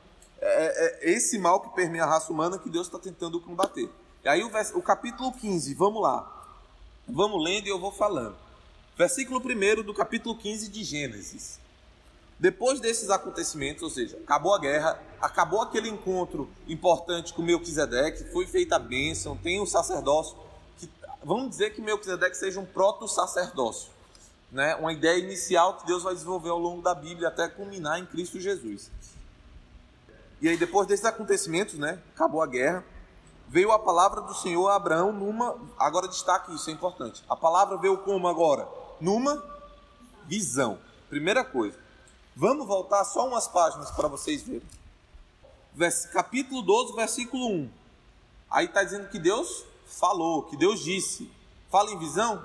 é esse mal que permeia a raça humana que Deus está tentando combater. E aí o capítulo 15, vamos lá. Vamos lendo e eu vou falando. Versículo 1 do capítulo 15 de Gênesis. Depois desses acontecimentos, ou seja, acabou a guerra, acabou aquele encontro importante com Melquisedeque, foi feita a bênção, tem o sacerdócio, vamos dizer que Melquisedeque seja um proto-sacerdócio, né? Uma ideia inicial que Deus vai desenvolver ao longo da Bíblia até culminar em Cristo Jesus. E aí depois desses acontecimentos, né, acabou a guerra, veio a palavra do Senhor a Abraão agora destaque isso, é importante. A palavra veio como agora? Numa visão. Primeira coisa. Vamos voltar só umas páginas para vocês verem. Capítulo 12, versículo 1. Aí está dizendo que Deus falou, que Deus disse. Fala em visão?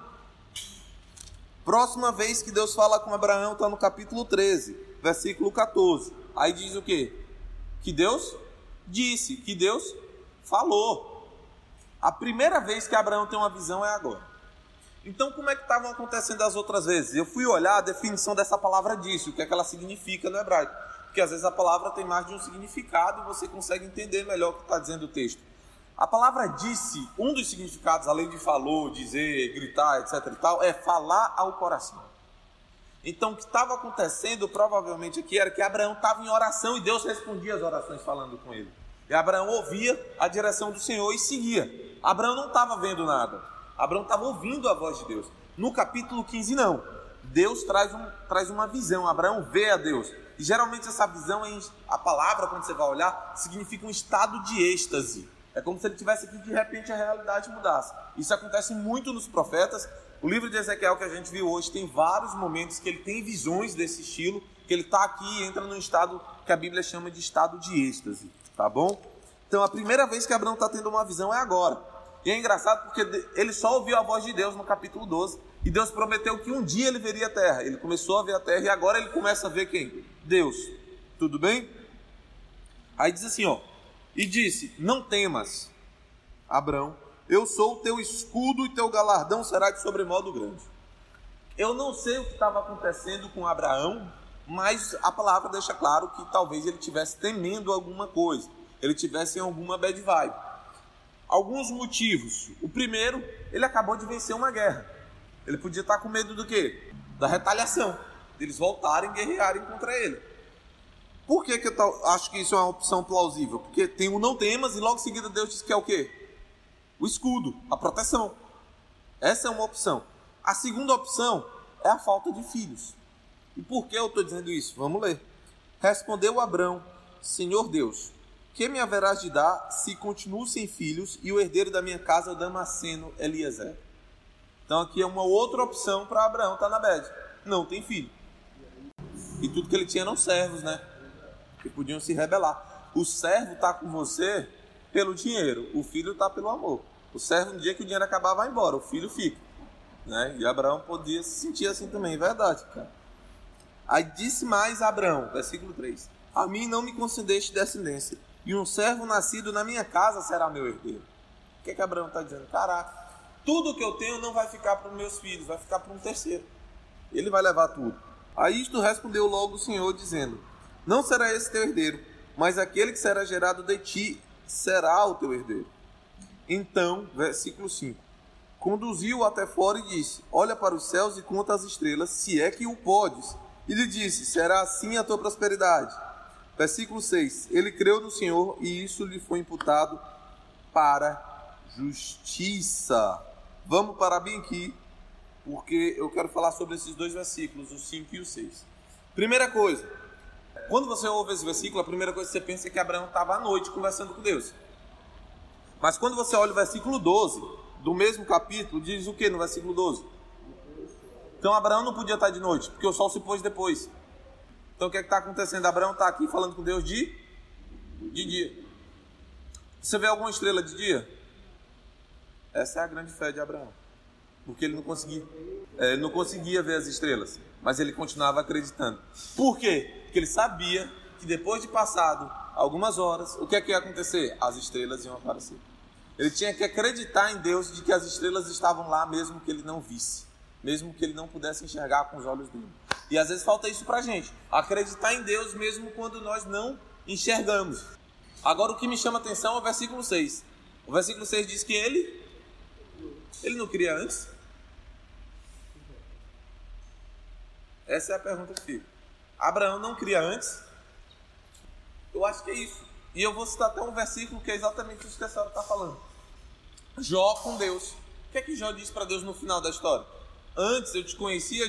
Próxima vez que Deus fala com Abraão está no capítulo 13, versículo 14. Aí diz o quê? Que Deus disse, que Deus falou. A primeira vez que Abraão tem uma visão é agora. Então, como é que estavam acontecendo as outras vezes? Eu fui olhar a definição dessa palavra disse, o que é que ela significa no hebraico. Porque às vezes a palavra tem mais de um significado e você consegue entender melhor o que está dizendo o texto. A palavra disse, um dos significados, além de falou, dizer, gritar, etc e tal, é falar ao coração. Então, o que estava acontecendo provavelmente aqui era que Abraão estava em oração e Deus respondia as orações falando com ele. E Abraão ouvia a direção do Senhor e seguia. Abraão não estava vendo nada. Abraão estava ouvindo a voz de Deus. No capítulo 15 não. Deus traz uma visão. Abraão vê a Deus. E geralmente essa visão, a palavra, quando você vai olhar, significa um estado de êxtase. É como se ele tivesse aqui, de repente a realidade mudasse. Isso acontece muito nos profetas. O livro de Ezequiel que a gente viu hoje tem vários momentos que ele tem visões desse estilo, que ele está aqui e entra num estado que a Bíblia chama de estado de êxtase. Tá bom? Então a primeira vez que Abraão está tendo uma visão é agora. E é engraçado porque ele só ouviu a voz de Deus no capítulo 12. E Deus prometeu que um dia ele veria a terra. Ele começou a ver a terra e agora ele começa a ver quem? Deus. Tudo bem? Aí diz assim, ó. E disse, não temas, Abraão, eu sou o teu escudo e teu galardão será de sobremodo grande. Eu não sei o que estava acontecendo com Abraão, mas a palavra deixa claro que talvez ele estivesse temendo alguma coisa. Ele estivesse em alguma bad vibe. Alguns motivos. O primeiro, ele acabou de vencer uma guerra. Ele podia estar com medo do quê? Da retaliação. Eles voltarem e guerrearem contra ele. Por que eu acho que isso é uma opção plausível? Porque tem o não temas e logo em seguida Deus diz que é o quê? O escudo, a proteção. Essa é uma opção. A segunda opção é a falta de filhos. E por que eu estou dizendo isso? Vamos ler. Respondeu Abrão, Senhor Deus, que me haverás de dar se continuo sem filhos e o herdeiro da minha casa é o Damasceno Eliezer? Então aqui é uma outra opção para Abraão estar na bed. não tem filho. E tudo que ele tinha eram servos, né? Que podiam se rebelar. O servo está com você pelo dinheiro, o filho está pelo amor. O servo, no dia que o dinheiro acabar, vai embora, o filho fica. Né? E Abraão podia se sentir assim também, verdade, cara. Aí disse mais Abraão, versículo 3: a mim não me concedeste descendência, e um servo nascido na minha casa será meu herdeiro. O que é que Abraão está dizendo? Caraca, tudo que eu tenho não vai ficar para os meus filhos, vai ficar para um terceiro. Ele vai levar tudo. A isto respondeu logo o Senhor, dizendo: não será esse teu herdeiro, mas aquele que será gerado de ti será o teu herdeiro. Então, versículo 5: conduziu-o até fora e disse: olha para os céus e conta as estrelas, se é que o podes. E lhe disse: será assim a tua prosperidade. Versículo 6: ele creu no Senhor e isso lhe foi imputado para justiça. Vamos parar bem aqui, porque eu quero falar sobre esses dois versículos, o 5 e o 6. Primeira coisa, quando você ouve esse versículo, a primeira coisa que você pensa é que Abraão estava à noite conversando com Deus. Mas quando você olha o versículo 12, do mesmo capítulo, diz o que no versículo 12? Então Abraão não podia estar de noite, porque o sol se pôs depois. Então o que é que está acontecendo? Abraão está aqui falando com Deus de dia. Você vê alguma estrela de dia? Essa é a grande fé de Abraão. Porque ele não conseguia ver as estrelas, mas ele continuava acreditando. Por quê? Porque ele sabia que depois de passado algumas horas, o que é que ia acontecer? As estrelas iam aparecer. Ele tinha que acreditar em Deus de que as estrelas estavam lá mesmo que ele não visse, mesmo que ele não pudesse enxergar com os olhos dele. E às vezes falta isso pra gente, acreditar em Deus mesmo quando nós não enxergamos. Agora o que me chama a atenção é o versículo 6. O versículo 6 diz que ele não queria antes? Essa é a pergunta que fica. Abraão não queria antes? Eu acho que é isso. E eu vou citar até um versículo que é exatamente isso que a senhora está falando. Jó com Deus. O que é que Jó diz para Deus no final da história? Antes eu te conhecia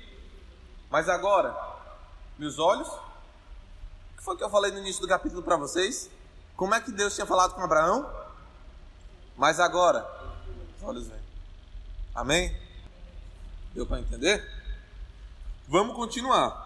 mas agora, meus olhos... O que foi que eu falei no início do capítulo para vocês? Como é que Deus tinha falado com Abraão? Mas agora, os olhos vêm. Amém? Deu para entender? Vamos continuar.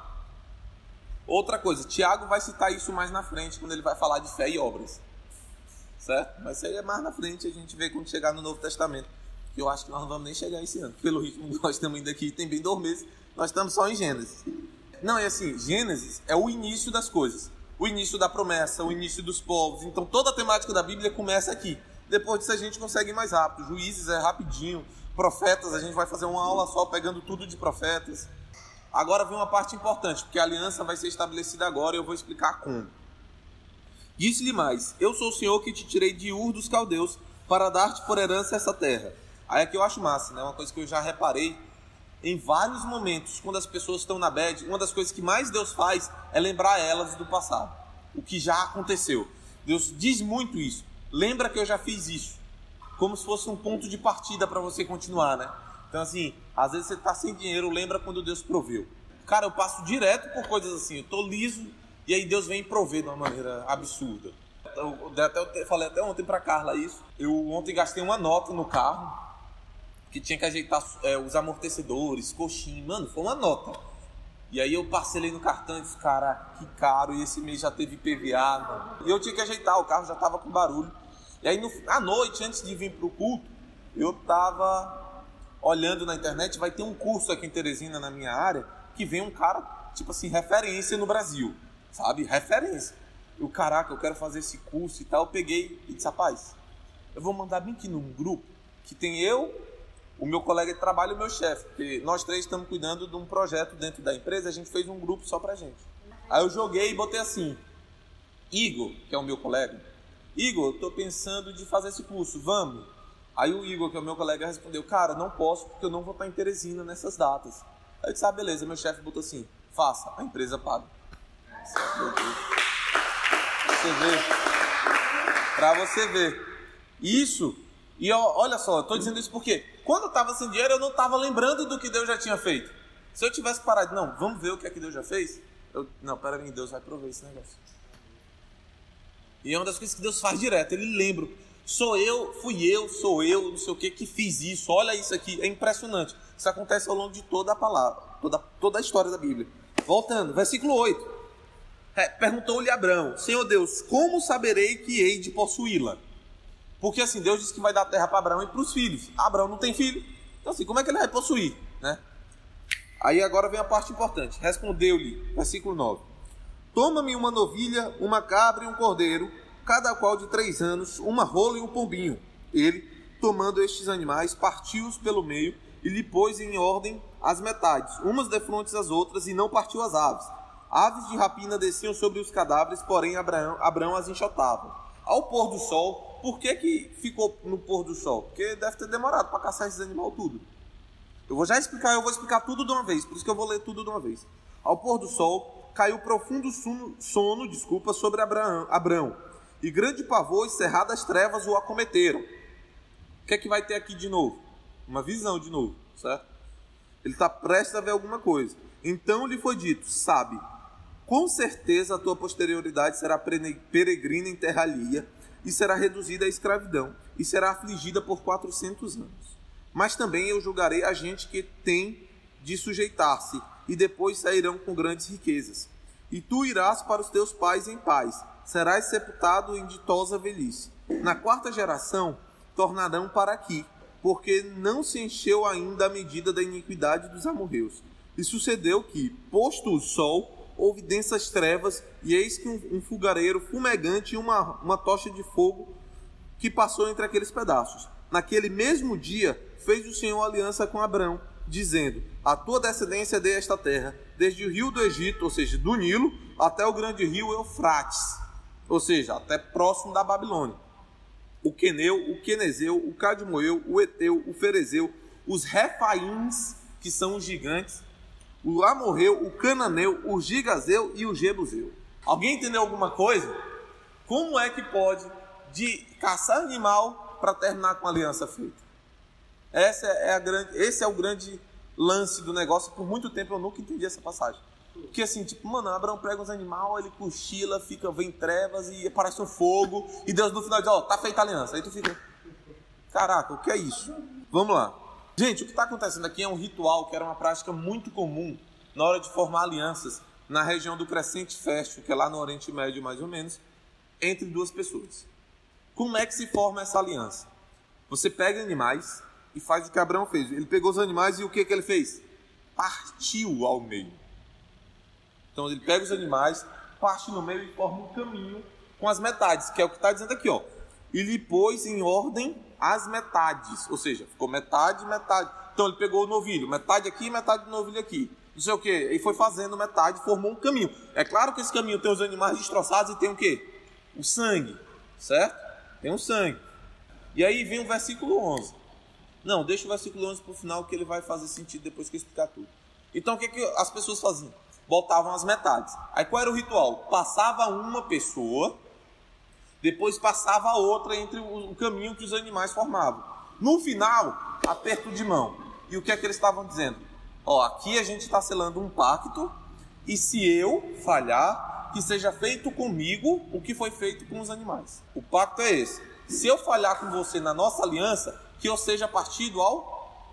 Outra coisa, Tiago vai citar isso mais na frente, quando ele vai falar de fé e obras. Certo? Mas isso aí é mais na frente, a gente vê quando chegar no Novo Testamento. Que eu acho que nós não vamos nem chegar esse ano. Pelo ritmo que nós estamos indo aqui, tem bem 2 meses, nós estamos só em Gênesis. Não, é assim, Gênesis é o início das coisas. O início da promessa, o início dos povos. Então toda a temática da Bíblia começa aqui. Depois disso a gente consegue ir mais rápido. Juízes é rapidinho. Profetas, a gente vai fazer uma aula só pegando tudo de profetas. Agora vem uma parte importante, porque a aliança vai ser estabelecida agora e eu vou explicar como. Disse-lhe mais: eu sou o Senhor que te tirei de Ur dos Caldeus para dar-te por herança essa terra. Aí é que eu acho massa, né? Uma coisa que eu já reparei em vários momentos, quando as pessoas estão na bad, uma das coisas que mais Deus faz é lembrar elas do passado, o que já aconteceu. Deus diz muito isso. Lembra que eu já fiz isso, como se fosse um ponto de partida para você continuar, né? Então assim, às vezes você está sem dinheiro, lembra quando Deus proveu. Cara, eu passo direto por coisas assim, eu tô liso e aí Deus vem prover de uma maneira absurda. Eu falei até ontem para Carla isso. Eu ontem gastei uma nota no carro, que tinha que ajeitar os amortecedores, coxinha, mano, foi uma nota. E aí eu parcelei no cartão e disse, cara, que caro, e esse mês já teve PVA, mano. E eu tinha que ajeitar, o carro já tava com barulho. E aí à noite, antes de vir pro culto, eu tava olhando na internet, vai ter um curso aqui em Teresina, na minha área, que vem um cara, tipo assim, referência no Brasil, sabe? Referência. Eu, caraca, eu quero fazer esse curso e tal. Eu peguei e disse, rapaz, eu vou mandar bem aqui num grupo que tem eu, o meu colega de trabalho e o meu chefe, porque nós 3 estamos cuidando de um projeto dentro da empresa, a gente fez um grupo só pra gente. Aí eu joguei e botei assim, Igor, que é o meu colega, Igor, eu tô pensando de fazer esse curso, vamos? Aí o Igor, que é o meu colega, respondeu, cara, não posso porque eu não vou estar em Teresina nessas datas. Aí eu disse, beleza, meu chefe botou assim, faça, a empresa paga. Meu Deus. Você vê, pra você ver, isso, e olha só, eu tô dizendo isso porque quando eu estava sem dinheiro, eu não estava lembrando do que Deus já tinha feito. Se eu tivesse parado, não, vamos ver o que é que Deus já fez? Não, peraí, Deus vai prover esse negócio. E é uma das coisas que Deus faz direto, Ele lembra. Sou eu, não sei o que fiz isso, olha isso aqui, é impressionante. Isso acontece ao longo de toda a palavra, toda a história da Bíblia. Voltando, versículo 8. Perguntou-lhe Abrão: Senhor Deus, como saberei que hei de possuí-la? Porque assim, Deus disse que vai dar a terra para Abraão e para os filhos. Abraão não tem filho, então assim, como é que ele vai possuir, né? Aí agora vem a parte importante. Respondeu-lhe, versículo 9: Toma-me uma novilha, uma cabra e um cordeiro, cada qual de 3 anos, uma rola e um pombinho. Ele, tomando estes animais, partiu-os pelo meio e lhe pôs em ordem as metades, umas defrontes às outras, e não partiu as aves. Aves de rapina desciam sobre os cadáveres, porém Abrão as enxotava. Ao pôr do sol, por que ficou no pôr do sol? Porque deve ter demorado para caçar esses animais tudo. Eu vou explicar tudo de uma vez, por isso que eu vou ler tudo de uma vez. Ao pôr do sol, caiu profundo sono sobre Abrão, e grande pavor e cerradas trevas o acometeram. O que é que vai ter aqui de novo? Uma visão de novo, certo? Ele está prestes a ver alguma coisa. Então lhe foi dito: sabe, com certeza a tua posterioridade será peregrina em terra alheia, e será reduzida à escravidão, e será afligida por 400 anos. Mas também eu julgarei a gente que tem de sujeitar-se, e depois sairão com grandes riquezas. E tu irás para os teus pais em paz, serás sepultado em ditosa velhice. Na 4ª geração tornarão para aqui, porque não se encheu ainda a medida da iniquidade dos amorreus. E sucedeu que, posto o sol, houve densas trevas, e eis que um fogareiro fumegante e uma tocha de fogo que passou entre aqueles pedaços. Naquele mesmo dia fez o Senhor aliança com Abrão, dizendo: a tua descendência dei esta terra, desde o rio do Egito, ou seja, do Nilo, até o grande rio Eufrates, ou seja, até próximo da Babilônia. O Queneu, o Quenezeu, o Cadmoeu, o Eteu, o Ferezeu, os Refaíns, que são os gigantes, o Amorreu, o Cananeu, o Gigazeu e o Jebuseu. Alguém entendeu alguma coisa? Como é que pode de caçar animal para terminar com a aliança feita? Esse é o grande lance do negócio. Por muito tempo eu nunca entendi essa passagem. Porque assim, tipo, mano, Abraão prega uns animais, ele cochila, vem trevas e aparece um fogo, e Deus no final diz: ó, tá feita a aliança. Aí tu fica: caraca, o que é isso? Vamos lá. Gente, o que está acontecendo aqui é um ritual que era uma prática muito comum na hora de formar alianças na região do Crescente Fértil, que é lá no Oriente Médio mais ou menos, entre duas pessoas. Como é que se forma essa aliança? Você pega animais e faz o que Abraão fez. Ele pegou os animais e o que ele fez? Partiu ao meio. Então ele pega os animais, parte no meio e forma um caminho com as metades, que é o que está dizendo aqui, ó. E lhe pôs em ordem as metades, ou seja, ficou metade, metade. Então ele pegou o novilho, metade aqui, metade do novilho aqui. Não sei o que, e foi fazendo metade, formou um caminho. É claro que esse caminho tem os animais destroçados e tem o quê? O sangue, certo? Tem um sangue. E aí vem o versículo 11. Não, deixa o versículo 11 para o final, que ele vai fazer sentido depois que eu explicar tudo. Então o que as pessoas faziam? Botavam as metades. Aí qual era o ritual? Passava uma pessoa, depois passava a outra entre o caminho que os animais formavam. No final, aperto de mão. E o que é que eles estavam dizendo? Ó, aqui a gente está selando um pacto, e se eu falhar, que seja feito comigo o que foi feito com os animais. O pacto é esse. Se eu falhar com você na nossa aliança, que eu seja partido ao...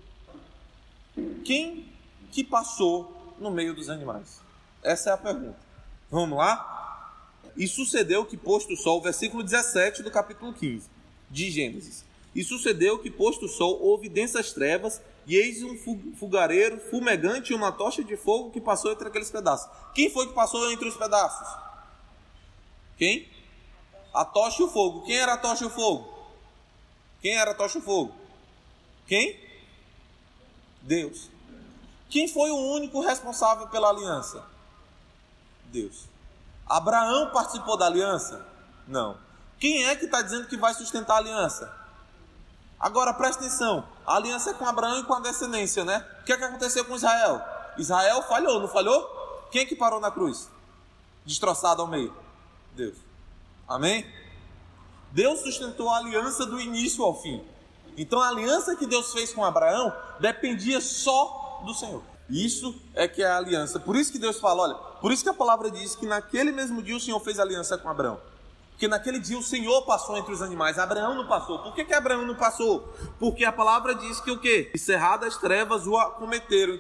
Quem que passou no meio dos animais? Essa é a pergunta. Vamos lá? E sucedeu que posto o sol, versículo 17 do capítulo 15 de Gênesis. E sucedeu que posto o sol, houve densas trevas, e eis um fogareiro fumegante e uma tocha de fogo que passou entre aqueles pedaços. Quem foi que passou entre os pedaços? Quem? A tocha e o fogo. Quem era a tocha e o fogo? Quem era a tocha e o fogo? Quem? Deus. Quem foi o único responsável pela aliança? Deus. Abraão participou da aliança? Não. Quem é que está dizendo que vai sustentar a aliança? Agora presta atenção, a aliança é com Abraão e com a descendência, né? O que é que aconteceu com Israel? Israel falhou, não falhou? Quem é que parou na cruz? Destroçado ao meio? Deus. Amém? Deus sustentou a aliança do início ao fim. Então a aliança que Deus fez com Abraão dependia só do Senhor. Isso é que é a aliança. Por isso que Deus fala, olha, por isso que a palavra diz que naquele mesmo dia o Senhor fez aliança com Abraão. Porque naquele dia o Senhor passou entre os animais, Abraão não passou. Por que Abraão não passou? Porque a palavra diz que o quê? E cerradas trevas o acometeram. Então,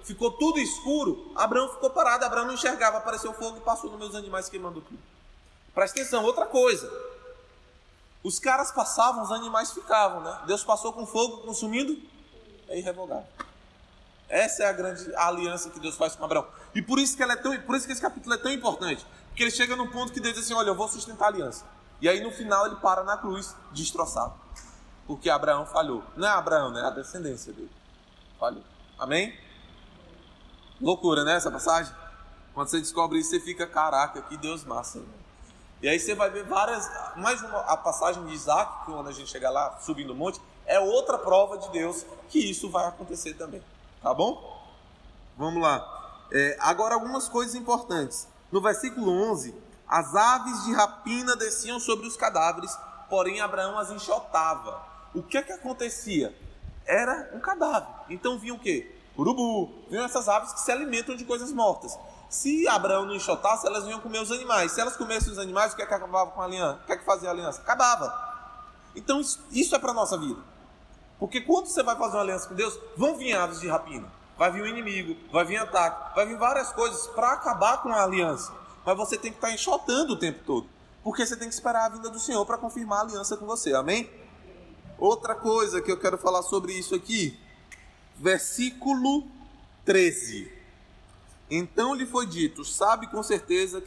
ficou tudo escuro, Abraão ficou parado, Abraão não enxergava, apareceu fogo e passou nos meus animais queimando tudo. Presta atenção, outra coisa. Os caras passavam, os animais ficavam, né? Deus passou com fogo consumindo, é irrevogável. Essa é a grande aliança que Deus faz com Abraão. E por isso que esse capítulo é tão importante. Porque ele chega num ponto que Deus diz assim, olha, eu vou sustentar a aliança. E aí no final ele para na cruz, destroçado. Porque Abraão falhou. Não é Abraão, né? É a descendência dele. Falhou. Amém? Loucura, né, essa passagem? Quando você descobre isso, você fica, caraca, que Deus massa, né? E aí você vai ver a passagem de Isaac, que quando a gente chegar lá, subindo o monte, é outra prova de Deus que isso vai acontecer também. Tá bom? Vamos lá. Agora algumas coisas importantes. No versículo 11, as aves de rapina desciam sobre os cadáveres, porém Abraão as enxotava. O que acontecia? Era um cadáver. Então vinha o quê? Urubu. Vinham essas aves que se alimentam de coisas mortas. Se Abraão não enxotasse, elas iam comer os animais. Se elas comessem os animais, o que acabava com a aliança? O que fazia a aliança? Acabava. Então isso é para a nossa vida. Porque quando você vai fazer uma aliança com Deus, vão vir aves de rapina. Vai vir um inimigo, vai vir ataque, vai vir várias coisas para acabar com a aliança. Mas você tem que estar enxotando o tempo todo. Porque você tem que esperar a vinda do Senhor para confirmar a aliança com você. Amém? Outra coisa que eu quero falar sobre isso aqui. Versículo 13. Então lhe foi dito, sabe com certeza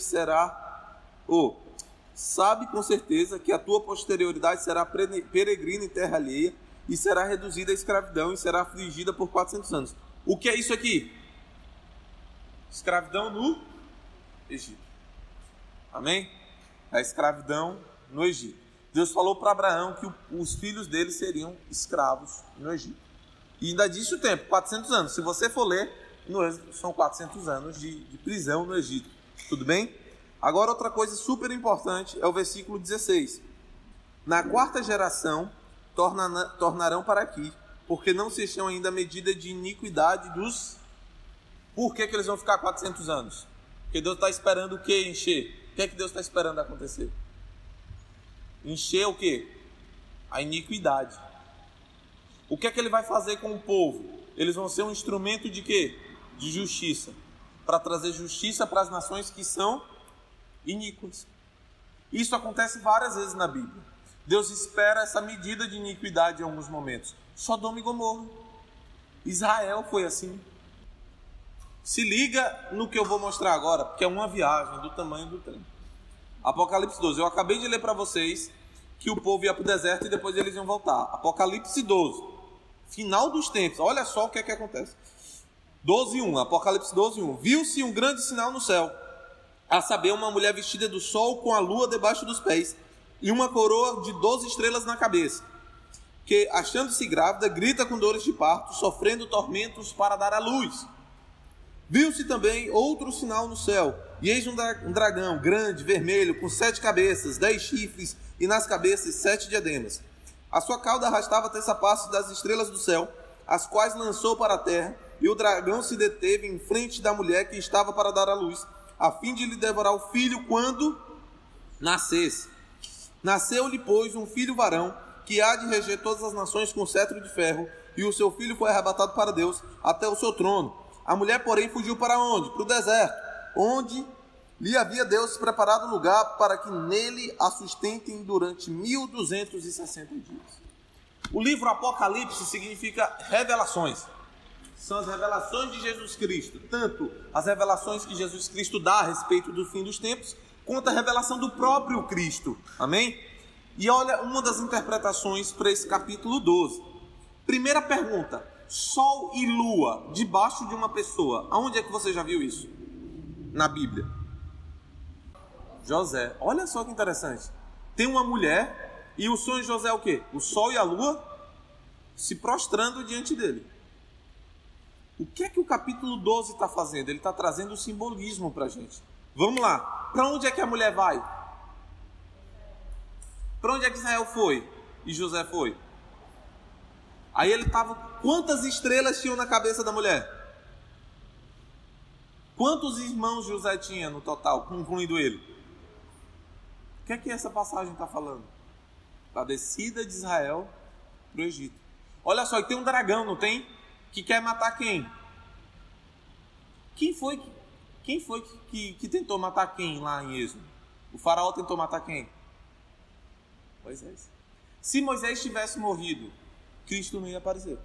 que a tua posterioridade será peregrina em terra alheia e será reduzida à escravidão e será afligida por 400 anos. O que é isso aqui? Escravidão no Egito. Amém? A escravidão no Egito. Deus falou para Abraão que os filhos dele seriam escravos no Egito. E ainda disse o tempo, 400 anos. Se você for ler, no Êxodo, são 400 anos de prisão no Egito. Tudo bem? Agora outra coisa super importante é o versículo 16. Na quarta geração tornarão para aqui, porque não se acham ainda a medida de iniquidade dos... Por que eles vão ficar 400 anos? Porque Deus está esperando o que encher? O que é que Deus está esperando acontecer? Encher o que? A iniquidade. O que é que ele vai fazer com o povo? Eles vão ser um instrumento de quê? De justiça. Para trazer justiça para as nações que são iníquas. Isso acontece várias vezes na Bíblia. Deus espera essa medida de iniquidade em alguns momentos. Sodoma e Gomorra. Israel foi assim. Se liga no que eu vou mostrar agora, porque é uma viagem do tamanho do trem. Apocalipse 12. Eu acabei de ler para vocês que o povo ia para o deserto e depois eles iam voltar. Apocalipse 12. Final dos tempos. Olha só o que é que acontece. 12:1. Apocalipse 12:1. Viu-se um grande sinal no céu, a saber, uma mulher vestida do sol com a lua debaixo dos pés e uma coroa de 12 estrelas na cabeça, que, achando-se grávida, grita com dores de parto, sofrendo tormentos para dar à luz. Viu-se também outro sinal no céu, e eis um dragão grande, vermelho, com 7 cabeças, 10 chifres, e nas cabeças 7 diademas. A sua cauda arrastava a terça parte das estrelas do céu, as quais lançou para a terra, e o dragão se deteve em frente da mulher que estava para dar à luz, a fim de lhe devorar o filho quando nascesse. Nasceu-lhe, pois, um filho varão, que há de reger todas as nações com cetro de ferro, e o seu filho foi arrebatado para Deus, até o seu trono. A mulher, porém, fugiu para onde? Para o deserto, onde lhe havia Deus preparado lugar para que nele a sustentem durante 1260 dias. O livro Apocalipse significa revelações. São as revelações de Jesus Cristo, tanto as revelações que Jesus Cristo dá a respeito do fim dos tempos, quanto a revelação do próprio Cristo. Amém? E olha uma das interpretações para esse capítulo 12. Primeira pergunta: sol e lua debaixo de uma pessoa. Aonde é que você já viu isso? Na Bíblia. José. Olha só que interessante. Tem uma mulher e o sonho de José é o quê? O sol e a lua se prostrando diante dele. O que é que o capítulo 12 está fazendo? Ele está trazendo o simbolismo para a gente. Vamos lá. Para onde é que a mulher vai? Para onde é que Israel foi? E José foi? Aí ele estava... Quantas estrelas tinham na cabeça da mulher? Quantos irmãos José tinha no total, incluindo ele? O que é que essa passagem está falando? Da descida de Israel para o Egito. Olha só, e tem um dragão, não tem? Que quer matar quem? Quem foi que tentou matar quem lá em Êxodo? O faraó tentou matar quem? Moisés. Se Moisés tivesse morrido, Cristo não ia aparecer.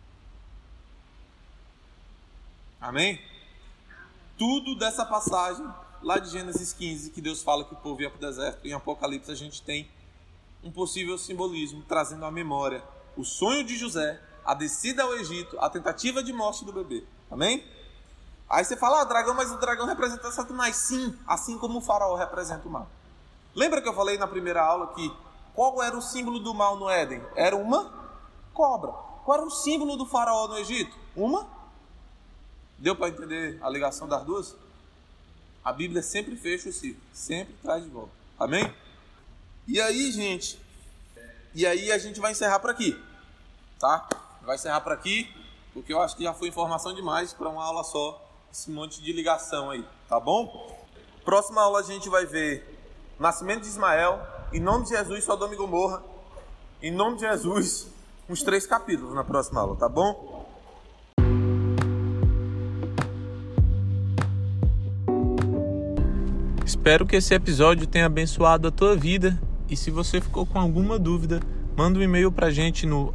Amém? Tudo dessa passagem, lá de Gênesis 15, que Deus fala que o povo ia para o deserto, em Apocalipse a gente tem um possível simbolismo, trazendo à memória o sonho de José, a descida ao Egito, a tentativa de morte do bebê. Amém? Aí você fala, dragão, mas o dragão representa Satanás. Sim, assim como o faraó representa o mal. Lembra que eu falei na primeira aula que qual era o símbolo do mal no Éden? Era uma cobra. Qual era o símbolo do faraó no Egito? Uma? Deu para entender a ligação das duas? A Bíblia sempre fecha o ciclo, sempre traz de volta. Amém? E aí, gente, a gente vai encerrar por aqui, tá? Vai encerrar por aqui, porque eu acho que já foi informação demais para uma aula só, esse monte de ligação aí, tá bom? Próxima aula a gente vai ver nascimento de Ismael, em nome de Jesus, Sodoma e Gomorra, em nome de Jesus, uns 3 capítulos na próxima aula, tá bom? Espero que esse episódio tenha abençoado a tua vida. E se você ficou com alguma dúvida, manda um e-mail pra gente no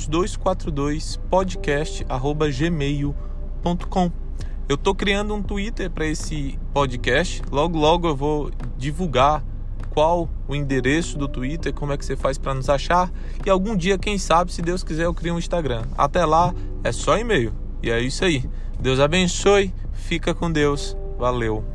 atos242podcast@gmail.com. Eu tô criando um Twitter para esse podcast. Logo eu vou divulgar qual o endereço do Twitter, como é que você faz para nos achar. E algum dia, quem sabe, se Deus quiser, eu crio um Instagram. Até lá, é só e-mail. E é isso aí. Deus abençoe. Fica com Deus. Valeu.